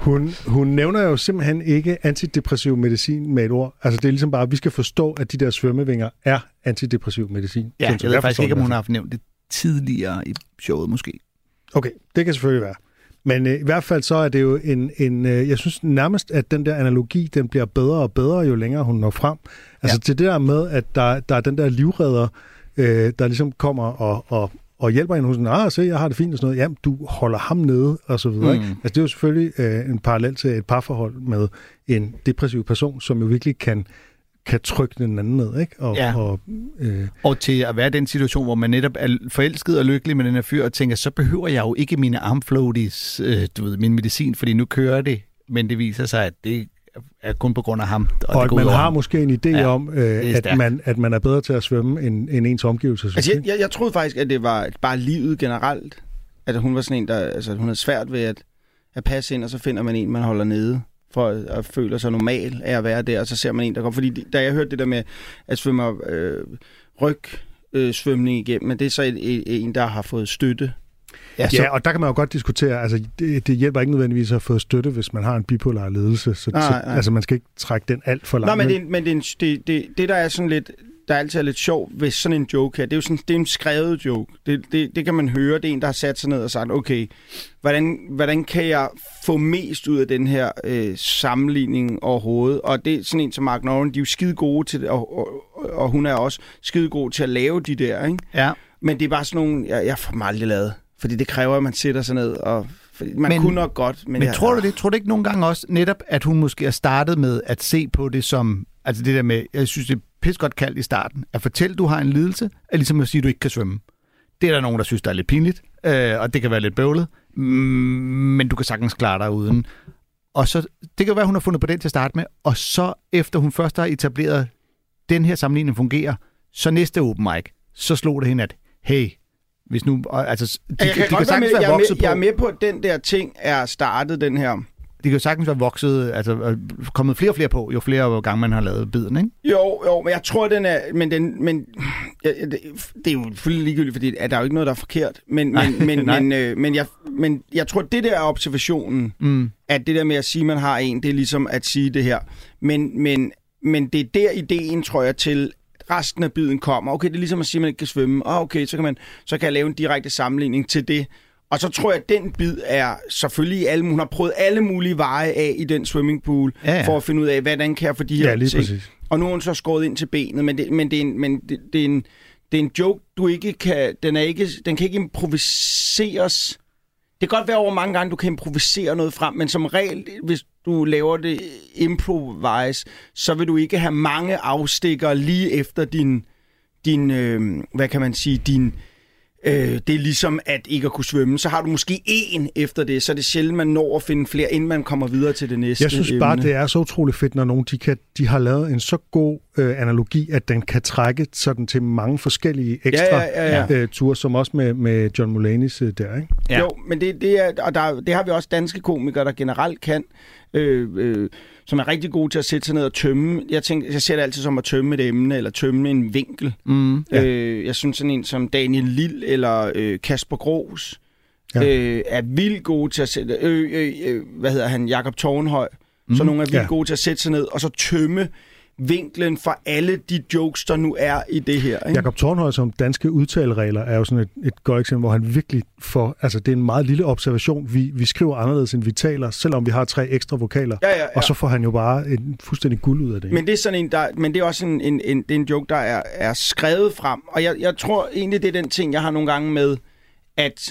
Hun, hun nævner jo simpelthen ikke antidepressiv medicin med et ord. Altså det er ligesom bare, at vi skal forstå, at de der svømmevinger er antidepressiv medicin. Ja, jeg ved faktisk ikke, om hun har haft nævnt det tidligere i showet måske. Okay, det kan selvfølgelig være. Men øh, i hvert fald så er det jo en, en øh, jeg synes nærmest, at den der analogi, den bliver bedre og bedre, jo længere hun når frem. Altså ja. til det der med, at der, der er den der livredder, øh, der ligesom kommer og, og, og hjælper hende. Hun siger, ah, se, jeg har det fint og sådan noget. Jamen, du holder ham nede, og så videre. Mm. Ikke? Altså det er jo selvfølgelig øh, en parallel til et parforhold med en depressiv person, som jo virkelig kan kan trykke den anden ned, ikke? Og, ja. og, øh... og til at være i den situation, hvor man netop er forelsket og lykkelig med den her fyr, og tænker, så behøver jeg jo ikke mine armfloaties, øh, du ved, min medicin, fordi nu kører det, men det viser sig, at det er kun på grund af ham. Og, og det at man har ham. måske en idé ja, om, øh, at, man, at man er bedre til at svømme end, end ens omgivelser. Altså, jeg, jeg, jeg troede faktisk, at det var bare livet generelt, at hun var sådan en, der altså, hun havde svært ved at, at passe ind, og så finder man en, man holder nede, for at, at føle sig normal af at være der, og så ser man en, der kommer. Fordi da jeg hørte det der med at svømme øh, ryg øh, svømning igennem, men det er så et, en, der har fået støtte. Ja, så, ja, og der kan man jo godt diskutere, altså det, det hjælper ikke nødvendigvis at få støtte, hvis man har en bipolar ledelse, så, nej, så nej. Altså man skal ikke trække den alt for langt. Nej, men, det, men det, det, det, det der er sådan lidt, der er altid lidt sjovt ved sådan en joke her, det er jo sådan, det er en skrevet joke. Det, det, det kan man høre, det er en, der har sat sig ned og sagt, okay, hvordan, hvordan kan jeg få mest ud af den her øh, sammenligning overhovedet? Og det er sådan en som Mark Norman, de er jo skide gode til det, og, og, og hun er også skide god til at lave de der, ikke? Ja. Men det er bare sådan nogle, jeg, jeg får dem aldrig lavet. Fordi det kræver, at man sætter sig ned, og man men, kunne nok godt. Men, men jeg, tror du det? Tror du ikke nogle gange også netop, at hun måske har startet med at se på det som, altså det der med, jeg synes det er pis godt kaldt i starten, at fortælle, at du har en lidelse, er ligesom at sige, at du ikke kan svømme. Det er der nogen, der synes, der er lidt pinligt, øh, og det kan være lidt bøvlet, mm, men du kan sagtens klare dig uden. Og så, det kan være, hun har fundet på det til at starte med, og så efter hun først har etableret, den her sammenligning fungerer, så næste open mic, så slog det hende, at hey, hvis nu, altså, de, jeg kan, de kan sagtens med, være vokset jeg er med, på. Jeg er med på, at den der ting er startet, den her. De kan jo sagtens være vokset, altså kommet flere og flere på, jo flere gange man har lavet biden, ikke? Jo, jo, men jeg tror, den er, men, den, men ja, det, det er jo fuldstændig ligegyldigt, fordi at der er jo ikke noget, der er forkert. Men, nej, men, men, nej. men, øh, men, jeg, men jeg tror, det der er observationen, mm. at det der med at sige, man har en, det er ligesom at sige det her. Men, men, men det er der ideen, tror jeg, til resten af biden kommer. Okay, det er ligesom at sige, at man ikke kan svømme. Oh, okay, så kan, man, så kan jeg lave en direkte sammenligning til det. Og så tror jeg, at den bid er selvfølgelig alle, hun har prøvet alle mulige veje af i den swimmingpool, ja, ja. for at finde ud af, hvordan kan jeg få de her ja, lige ting. Præcis. Og nu er hun så skåret ind til benet, men det, men det, er, en, men det, det, er, en, det er en joke, du ikke kan, den, er ikke, den kan ikke improviseres. Det kan godt være over mange gange, du kan improvisere noget frem, men som regel, hvis du laver det improvise, så vil du ikke have mange afstikker lige efter din, din øh, hvad kan man sige, din, øh, det er ligesom at ikke at kunne svømme. Så har du måske én efter det, så er det sjældent, man når at finde flere, inden man kommer videre til det næste. Jeg synes bare, emne. Det er så utroligt fedt, når nogen de, kan, de har lavet en så god øh, analogi, at den kan trække sådan til mange forskellige ekstra ja, ja, ja, ja. Øh, ture, som også med, med John Mulaney's øh, der, ikke? Ja. Jo, men det, det, er, og der, det har vi også danske komikere, der generelt kan, øh, øh, som er rigtig gode til at sætte sig ned og tømme. Jeg tænker, jeg ser det altid som at tømme et emne, eller tømme en vinkel. Mm, ja. øh, jeg synes sådan en som Daniel Lill eller øh, Kasper Gros ja. øh, er vildt gode til at sætte... Øh, øh, øh, hvad hedder han? Jakob Tornhøj. Mm, så nogle er vildt ja. gode til at sætte sig ned, og så tømme vinklen for alle de jokes, der nu er i det her. Ikke? Jakob Tornhøj som danske udtaleregler er jo sådan et, et godt eksempel, hvor han virkelig får... Altså, det er en meget lille observation. Vi, vi skriver anderledes, end vi taler, selvom vi har tre ekstra vokaler. Ja, ja, ja. Og så får han jo bare en fuldstændig guld ud af det. Men det er sådan en, der, men det er også en, en, en, det er en joke, der er, er skrevet frem. Og jeg, jeg tror egentlig, det er den ting, jeg har nogle gange med, at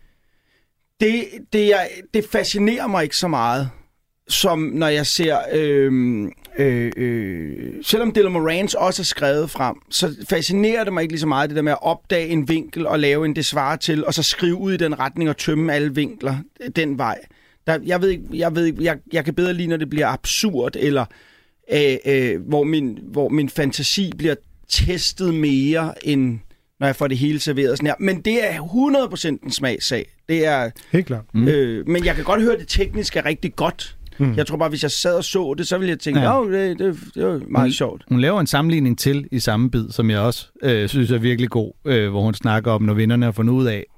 det, det, er, det fascinerer mig ikke så meget, som når jeg ser... Øh, Øh, øh, selvom Dylan Morans også er skrevet frem, så fascinerer det mig ikke lige så meget, det der med at opdage en vinkel og lave en det svarer til, og så skrive ud i den retning og tømme alle vinkler den vej. Der, jeg ved ikke, jeg, ved ikke jeg, jeg kan bedre lide, når det bliver absurd, eller øh, øh, hvor, min, hvor min fantasi bliver testet mere, end når jeg får det hele serveret sådan her. Men det er hundrede procent en smagssag. Det er... Helt klart. Mm. Øh, men jeg kan godt høre, at det teknisk er rigtig godt. Mm. Jeg tror bare, hvis jeg sad og så det, så ville jeg tænke, ja. det, det, det var meget hun, sjovt. Hun laver en sammenligning til i samme bid, som jeg også øh, synes er virkelig god, øh, hvor hun snakker om, når vinderne har fundet ud af,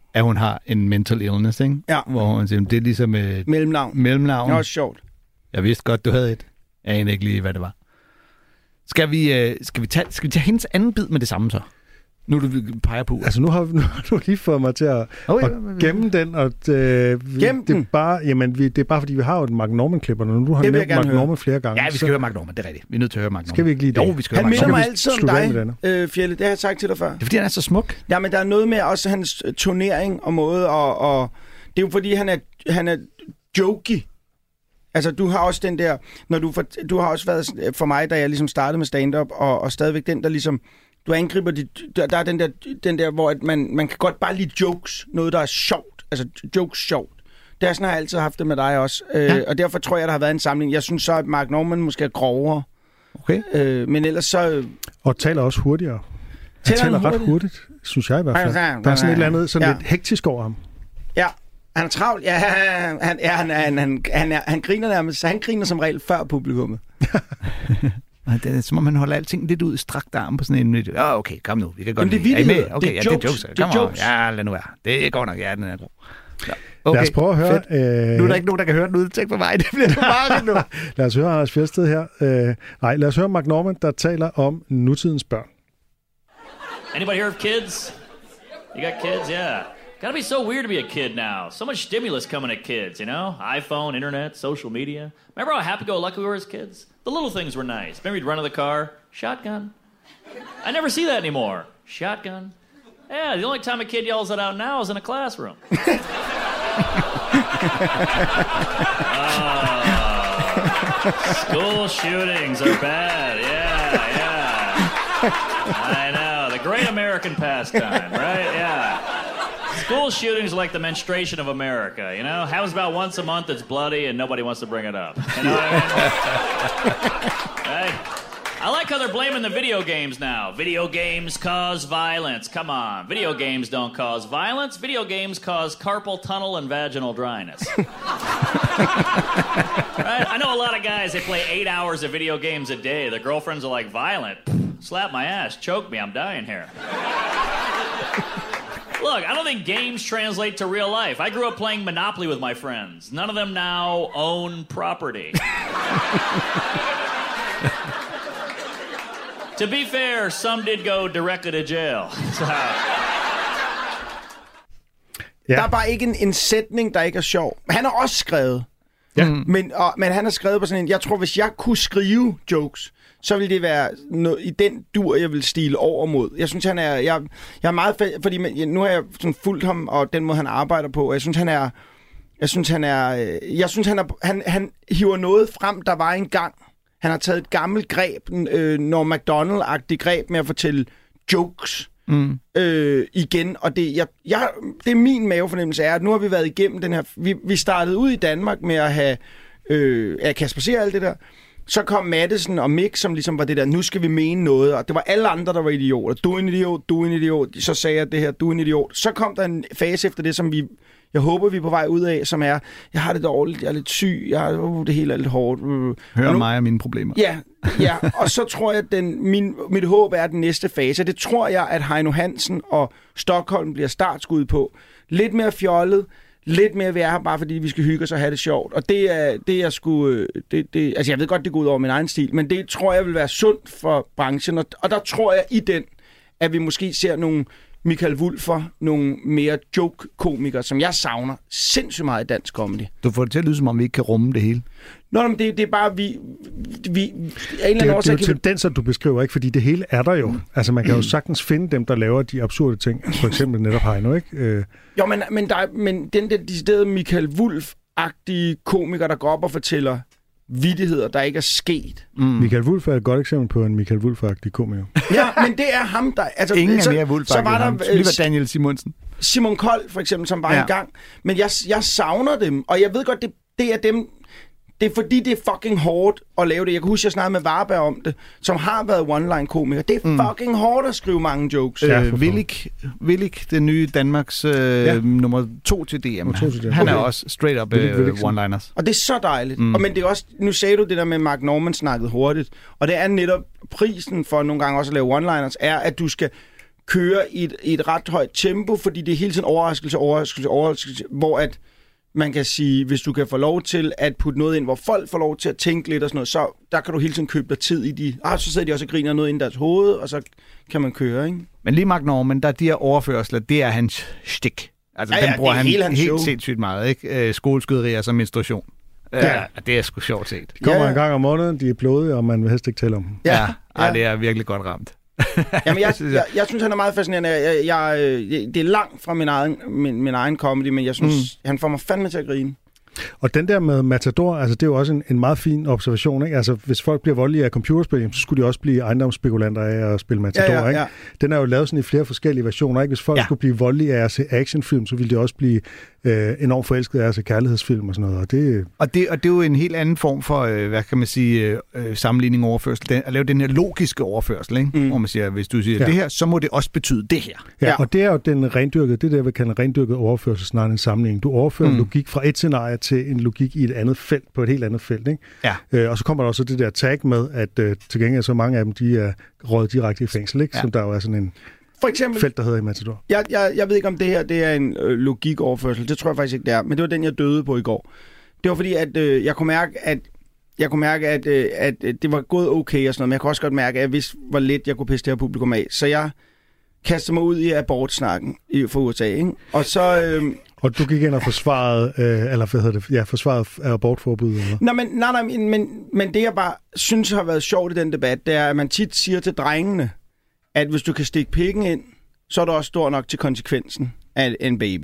at hun har en mental illness, ikke? Ja. Hvor hun siger, det er ligesom et Mellemnavn. mellemnavn. Det er også sjovt. Jeg vidste godt, du havde et. Jeg anede ikke lige, hvad det var. Skal vi, øh, skal vi, tage, skal vi tage hendes anden bid med det samme så? Nu du peger på. Altså, nu har, nu har du lige fået mig til at, oh, ja, at gemme den. Og, øh, Gem det, er den? bare, jamen, vi, det er bare, fordi vi har jo et Mark Norman-klipper, og nu har Det vil nævnt jeg gerne Mark høre. Norman flere gange. Ja, vi skal så høre Mark Norman, det er rigtigt. Vi er nødt til at høre Mark Norman. skal vi ikke lige det? Jo, vi skal Han høre minder Mark mig vi altid om slutte af med dig, denne? øh, Fjelle. Det har jeg sagt til dig før. Det er fordi, han er så smuk. Ja, men der er noget med også hans turnering og måde, og, og det er jo fordi, han er, han er jokey. Altså, du har også den der, når du, for, du har også været for mig, da jeg ligesom startede med stand-up, og, og stadigvæk den, der ligesom, du angriber, de, der, der er den der, den der hvor at man, man kan godt bare lide jokes, noget, der er sjovt, altså jokes sjovt. Det er sådan, har jeg altid haft det med dig også, øh, ja. Og derfor tror jeg, der har været en samling. Jeg synes så, at Mark Norman måske er grovere, Okay. øh, men ellers så... Og taler også hurtigere. Han Taler taler han ret hurtigt, synes jeg i hvert fald. Der er sådan et eller andet sådan Ja. lidt hektisk over ham. Ja, han er travlt. Ja, han, ja, han, han, han, han, er, han griner nærmest. Han griner som regel før publikummet. Det er som om man holder alting lidt ud i strakt arm på sådan en minut. Ja, okay, kom nu. Vi kan godt Men det er lide. I med? vittigheder. Okay, Det er ja, jokes. det er jokes. Det er Kom on. jokes. Ja, lad nu være. Det er godt nok. Ja, den er god. Ja. Okay. Lad os prøve at høre... Øh, Nu er der ikke nogen, der kan høre den udtægt på mig. Det bliver for meget nu. lad os høre Anders Fjeldsted her. Øh, nej, lad os høre Mark Norman, der taler om nutidens børn. Anybody here have kids? You got kids? Yeah. Gotta be so weird to be a kid now. So much stimulus coming at kids, you know? iPhone, internet, social media. Remember how happy-go-lucky we were as kids? The little things were nice. Remember you'd run to the car? Shotgun. I never see that anymore. Shotgun. Yeah, the only time a kid yells it out now is in a classroom. Oh, school shootings are bad. Yeah, yeah. I know. The great American pastime, right? Yeah. School shootings are like the menstruation of America, you know? Happens about once a month, it's bloody, and nobody wants to bring it up. You know what I mean? Right? I like how they're blaming the video games now. Video games cause violence. Come on. Video games don't cause violence. Video games cause carpal tunnel and vaginal dryness. Right? I know a lot of guys, they play eight hours of video games a day. Their girlfriends are like, violent. Slap my ass. Choke me. I'm dying here. Look, I don't think games translate to real life. I grew up playing Monopoly with my friends. None of them now own property. To be fair, some did go directly to jail. So. Ja. Der er bare ikke en, en sætning, der ikke er sjov. Han har også skrevet. Ja. Men, og, men han har skrevet på sådan en... Jeg tror, hvis jeg kunne skrive jokes, så ville det være noget, i den dur, jeg vil stile over mod. Jeg synes, han er... Jeg, jeg er meget... Fordi men, nu har jeg sådan fulgt ham, og den måde, han arbejder på. Og jeg synes, han er... Jeg synes, han er... Jeg synes, han, er, han, han hiver noget frem, der var engang. Han har taget et gammelt greb, øh, Norm Macdonald-agtigt greb med at fortælle jokes mm. øh, igen. Og det, jeg, jeg, det er min mavefornemmelse er, at nu har vi været igennem den her... Vi, vi startede ud i Danmark med at have øh, at Kasper Seer alt det der. Så kom Madsen og Mick, som ligesom var det der, nu skal vi mene noget. Og det var alle andre, der var idioter. Du er en idiot, du er en idiot. Så sagde jeg det her, du er en idiot. Så kom der en fase efter det, som vi... Jeg håber, vi er på vej ud af, som er, jeg har det dårligt, jeg er lidt syg, jeg har, uh, det hele er lidt hårdt. Uh. Hør og nu, mig og mine problemer. Ja, ja, og så tror jeg, at den, min, mit håb er den næste fase. Det tror jeg, at Heino Hansen og Stockholm bliver startskud på. Lidt mere fjollet, lidt mere vi er her, bare fordi vi skal hygge os og have det sjovt. Og det er, det er sgu... Det, det, altså, jeg ved godt, det går ud over min egen stil, men det tror jeg vil være sundt for branchen. Og, og der tror jeg i den, at vi måske ser nogle... Michael Wulffer, nogle mere joke-komikere, som jeg savner sindssygt meget i dansk comedy. Du får det til at lyde, som om vi ikke kan rumme det hele. Nå, men det, det er bare, vi... vi en eller Det er, anden jo- det er jo årsag... tendenser, du beskriver, ikke? Fordi det hele er der jo. Altså, man kan jo sagtens finde dem, der laver de absurde ting. For eksempel netop Heino, ikke? Øh, Jo, men, men, der, er- men den der deciderede Michael Wulff-agtige komiker, der går op og fortæller vittigheder, der ikke er sket. mm. Michael Wulff er et godt eksempel på en Michael Wulff-agtig komiker. Ja, men det er ham, der... Altså, Ingen så, er mere Wulff så var der Lige øh, var Daniel Simonsen. Simon Kold, for eksempel, som var Ja. ja. en gang. Men jeg, jeg savner dem, og jeg ved godt, det, det er dem... Det er fordi, det er fucking hårdt at lave det. Jeg kan huske, jeg snakkede med Varberg om det, som har været one-line-komiker. Det er Mm. fucking hårdt at skrive mange jokes. Ja, for Øh, fanden. Willik, Willik, den nye Danmarks øh, Ja. nummer to til D M. Nummer to til D M. Han er Okay. også straight up Willik øh, Williksen. one-liners. Og det er så dejligt. Mm. Mm. Og men det er også, nu sagde du det der med, at Mark Norman snakkede hurtigt. Og det er netop prisen for nogle gange også at lave one-liners, er, at du skal kører i et, i et ret højt tempo, fordi det er hele tiden overraskelse, overraskelse, overraskelse, hvor at man kan sige, hvis du kan få lov til at putte noget ind, hvor folk får lov til at tænke lidt og sådan noget, så der kan du hele tiden købe dig tid i de... Ah, så sidder de også og griner noget ind i deres hoved, og så kan man køre, ikke? Men lige Mark Norman, der de her overførsler, det er hans stik. Altså, ja, den ja, bruger han helt show. Sindssygt meget, ikke? Skoleskyderier som menstruation. Ja. ja, det er sgu sjovt set. De kommer ja. en gang om måneden, de er blodige, og man vil helst ikke tale om dem. Ja, ja. Ej, det er virkelig godt ramt. Jamen, jeg, jeg, jeg synes, han er meget fascinerende. Jeg, jeg, jeg, det er langt fra min egen, min, min egen comedy, men jeg synes, mm. han får mig fandme til at grine. Og den der med Matador, altså det er jo også en, en meget fin observation, ikke? Altså hvis folk bliver voldelige af computerspil, så skulle de også blive ejendomsspekulanter af at spille Matador, ja, ja, ja. ikke? Den er jo lavet sådan i flere forskellige versioner, ikke? Hvis folk ja. skulle blive voldelige af at se actionfilm, så ville de også blive øh, enormt forelskede af at se kærlighedsfilm og sådan noget. Og det, og det, og det er jo en helt anden form for, øh, hvad kan man sige, øh, sammenligning og overførsel. Den, at lave den her logiske overførsel, ikke? Mm. Hvor man siger, hvis du siger ja. det her, så må det også betyde det her. Ja, ja. Og det er jo den rendyrkede, det der, vi kalder rendyrket overførsel, snarere en sammenligning. Du overfører mm. logik fra et scenarie til en logik i et andet felt, på et helt andet felt, ikke? Ja. Øh, og så kommer der også det der tag med, at øh, til gengæld så mange af dem, de er røget direkte i fængsel, ikke? Ja. Som der jo er sådan en For eksempel, felt, der hedder i Matador. Jeg, jeg, jeg ved ikke, om det her det er en øh, logikoverførsel. Det tror jeg faktisk ikke, det er. Men det var den, jeg døde på i går. Det var fordi, at øh, jeg kunne mærke, at jeg kunne mærke, at, øh, at det var gået okay og sådan noget, men jeg kunne også godt mærke, at jeg vidste, hvor lidt jeg kunne pisse det her publikum af. Så jeg kastede mig ud i abortsnakken for U S A, ikke? Og så... Øh, Og du gik ind og forsvarede, øh, eller hvad hedder det, ja, forsvarede abortforbuddet, eller? Nej, men, nej, nej, men, men det, jeg bare synes har været sjovt i den debat, det er, at man tit siger til drengene, at hvis du kan stikke pikken ind, så er du også stor nok til konsekvensen af en baby.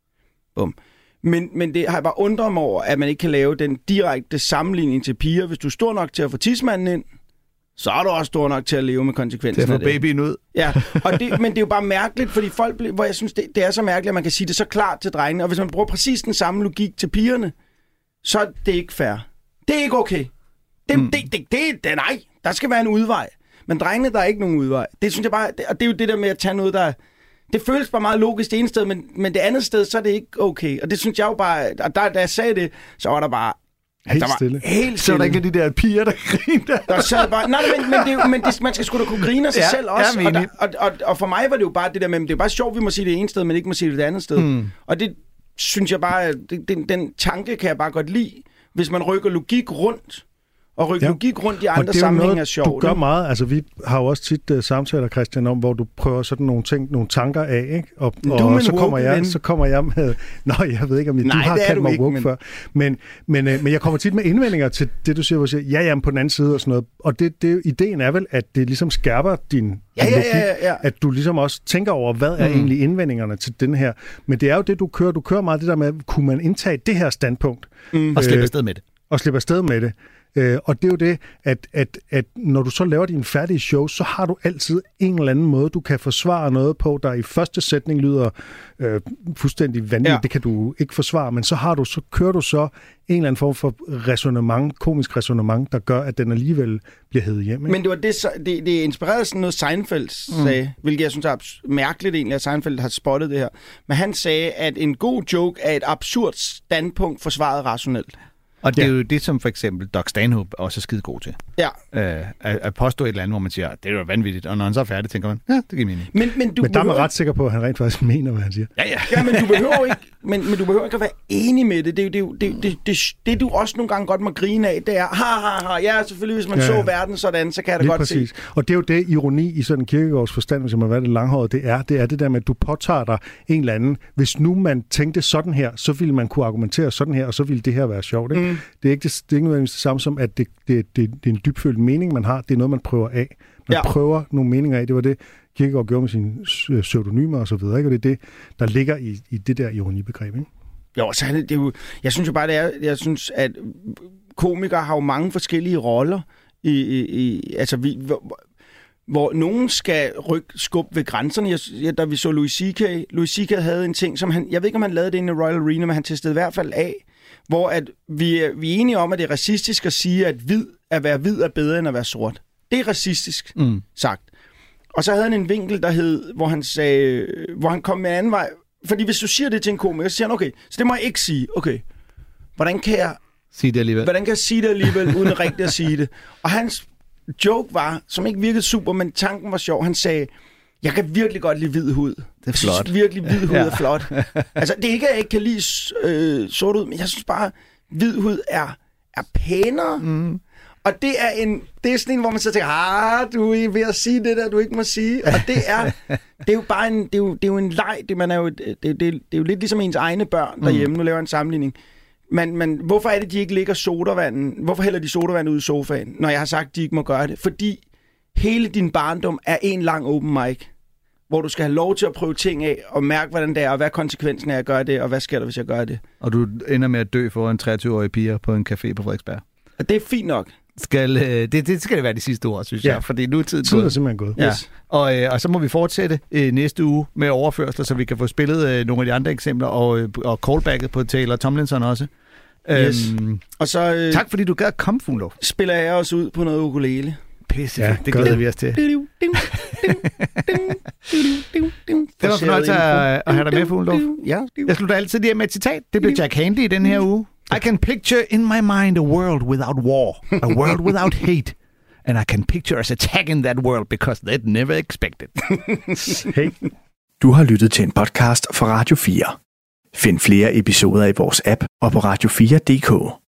Bum. Men, men det har jeg bare undret mig over, at man ikke kan lave den direkte sammenligning til piger. Hvis du er stor nok til at få tidsmanden ind, så er du også stor nok til at leve med konsekvensen af det. Til at få babyen ud. Ja, og det, men det er jo bare mærkeligt, fordi folk, hvor jeg synes, det, det er så mærkeligt, at man kan sige det så klart til drengene. Og hvis man bruger præcis den samme logik til pigerne, så er det ikke fair. Det er ikke okay. Det, mm. det, det, det, det, det, nej, der skal være en udvej. Men drengene, der er ikke nogen udvej. Det synes jeg bare, det, og det er jo det der med at tage noget, der... Det føles bare meget logisk det ene sted, men, men det andet sted, så er det ikke okay. Og det synes jeg jo bare... Og der, da jeg sagde det, så var der bare... Helt der var stille. Helt stille. Så var der ikke de der piger, der griner. Der sad bare... Nej, men, men, det, men det, man skal sgu da kunne grine af sig ja, selv også. Og, der, og, og, og for mig var det jo bare det der med... Det er bare sjovt, vi må sige det ene sted, men ikke må sige det det andet sted. Mm. Og det synes jeg bare... Det, den, den tanke kan jeg bare godt lide. Hvis man rykker logik rundt... Og rykke ja. logik rundt i andre sammenhænge er sjovt. Du gør meget. Altså, vi har jo også tit uh, samtaler, Christian, om, hvor du prøver sådan nogle ting, nogle tanker af, ikke? Og, og så, kommer jeg, så kommer jeg med... Nå, jeg ved ikke, om jeg, Nej, du har kaldt mig woke men... før. Men, men, uh, men jeg kommer tit med indvendinger til det, du siger, hvor du siger, ja, jamen, på den anden side og sådan noget. Og det, det, ideen er vel, at det ligesom skærper din, ja, din ja, logik. Ja, ja, ja. At du ligesom også tænker over, hvad er mm. egentlig indvendingerne til den her. Men det er jo det, du kører. Du kører meget det der med, kunne man indtage det her standpunkt? Mm. Og slippe afsted med det. Og slippe afsted med det. Øh, og det er jo det, at, at, at når du så laver din færdige show, så har du altid en eller anden måde, du kan forsvare noget på, der i første sætning lyder øh, fuldstændig vanvittigt. Ja. Det kan du ikke forsvare, men så har du så kører du så en eller anden form for resonemang, komisk resonemang, der gør, at den alligevel bliver hævet hjem. Ikke? Men det var det, det, det inspirerede sådan noget Seinfeld sagde, mm. hvilket jeg synes er mærkeligt egentlig, at Seinfeld har spottet det her. Men han sagde, at en god joke er et absurd standpunkt forsvaret rationelt. Og det er ja. jo det, som for eksempel Doug Stanhope også er skide god til. Ja. Øh, at, at påstå et eller andet, hvor man siger, det er jo vanvittigt, og når han så er færdig, tænker man, ja, det giver mening. Men, men, du men der er man ret sikker på, at han rent faktisk mener, hvad han siger. Ja, ja. ja men, du behøver ikke, men, men du behøver ikke at være enig med det. Det, det, det, det, det, det, det du også nogle gange godt må grine af, det er, ha, ha, ha, ja, selvfølgelig, hvis man ja. så verden sådan, så kan jeg da godt præcis. se. Og det er jo det, ironi i sådan en Kierkegaards forstand, hvis man har været lidt langhåret, det er, det er det der med, at du påtager dig en eller anden. Hvis nu man tænkte sådan her, så ville man kunne argumentere sådan her, og så ville det her være sjovt. Ikke? Mm. Det er ikke det, det er ikke nødvendigvis det samme som, at det, det, det, det er en dybfølt mening, man har. Det er noget, man prøver af. Man ja. prøver nogle meninger af. Det var det, Kierkegaard gjorde med sine pseudonymer og så videre. Ikke? Og det er det, der ligger i, i det der ironibegreb. Ikke? Jo, så er det, det er jo, jeg synes jo bare, det er, jeg synes, at komikere har jo mange forskellige roller. I, i, i, altså, vi, hvor, hvor nogen skal rykke skub ved grænserne. Jeg, jeg, da vi så Louis C K, Louis C K havde en ting, som han, jeg ved ikke, om han lavede det inde i Royal Arena, men han testede i hvert fald af, hvor at vi, er, vi er enige om, at det er racistisk at sige, at hvid, at være hvid er bedre end at være sort. Det er racistisk mm. sagt. Og så havde han en vinkel, der hed, hvor han sagde, hvor han kom med en anden vej. Fordi hvis du siger det til en komiker, så siger han, okay, så det må jeg ikke sige. Okay, hvordan kan jeg sige det alligevel? Hvordan kan jeg sige det alligevel, uden rigtigt at sige det? Og hans joke var, som ikke virkede super, men tanken var sjov. Han sagde, Jeg kan virkelig godt lide hvid hud. Det er flot. Jeg synes virkelig, hvid hud ja. er flot. Altså, det er ikke, at jeg ikke kan lide øh, sort hud, men jeg synes bare, hvid hud er, er pænere. Mm. Og det er, en, det er sådan en, hvor man så tænker, ah, du er ved at sige det der, du ikke må sige. Og det er, det er jo bare en, det er jo, det er jo en leg. Det, man er jo, det, det, det er jo lidt ligesom ens egne børn derhjemme. Mm. Nu laver jeg en sammenligning. Men, men hvorfor er det, de ikke lægger sodavanden? Hvorfor hælder de sodavand ud i sofaen, når jeg har sagt, de ikke må gøre det? Fordi hele din barndom er en lang open mic, hvor du skal have lov til at prøve ting af, og mærke, hvordan det er, og hvad konsekvensen er at gøre det, og hvad sker der, hvis jeg gør det. Og du ender med at dø for en treogtyve-årig piger på en café på Frederiksberg. Og det er fint nok. Skal, det, det skal det være de sidste ord, synes ja. jeg, fordi nu er tiden gået. Tiden er simpelthen gået. Ja. Yes. Og, øh, og så må vi fortsætte øh, næste uge med overførsler, så vi kan få spillet øh, nogle af de andre eksempler, og, øh, og callbacket på Taylor Tomlinson også. Yes. Øhm, og så, øh, tak fordi du gad at komme, Fuglendorf. Spiller jeg også ud på noget ukulele. Pisse, ja, det glæder vi os til. Det var fornøjelse at, at have dig med, Fuglendorf. Ja. Jeg slutter altid lige med et citat. Det blev Jack Handey i den her uge. I can picture in my mind a world without war, a world without hate, and I can picture us attacking that world because they'd never expected. Hey. Du har lyttet til en podcast fra Radio fire. Find flere episoder i vores app og på radio fire punktum d k.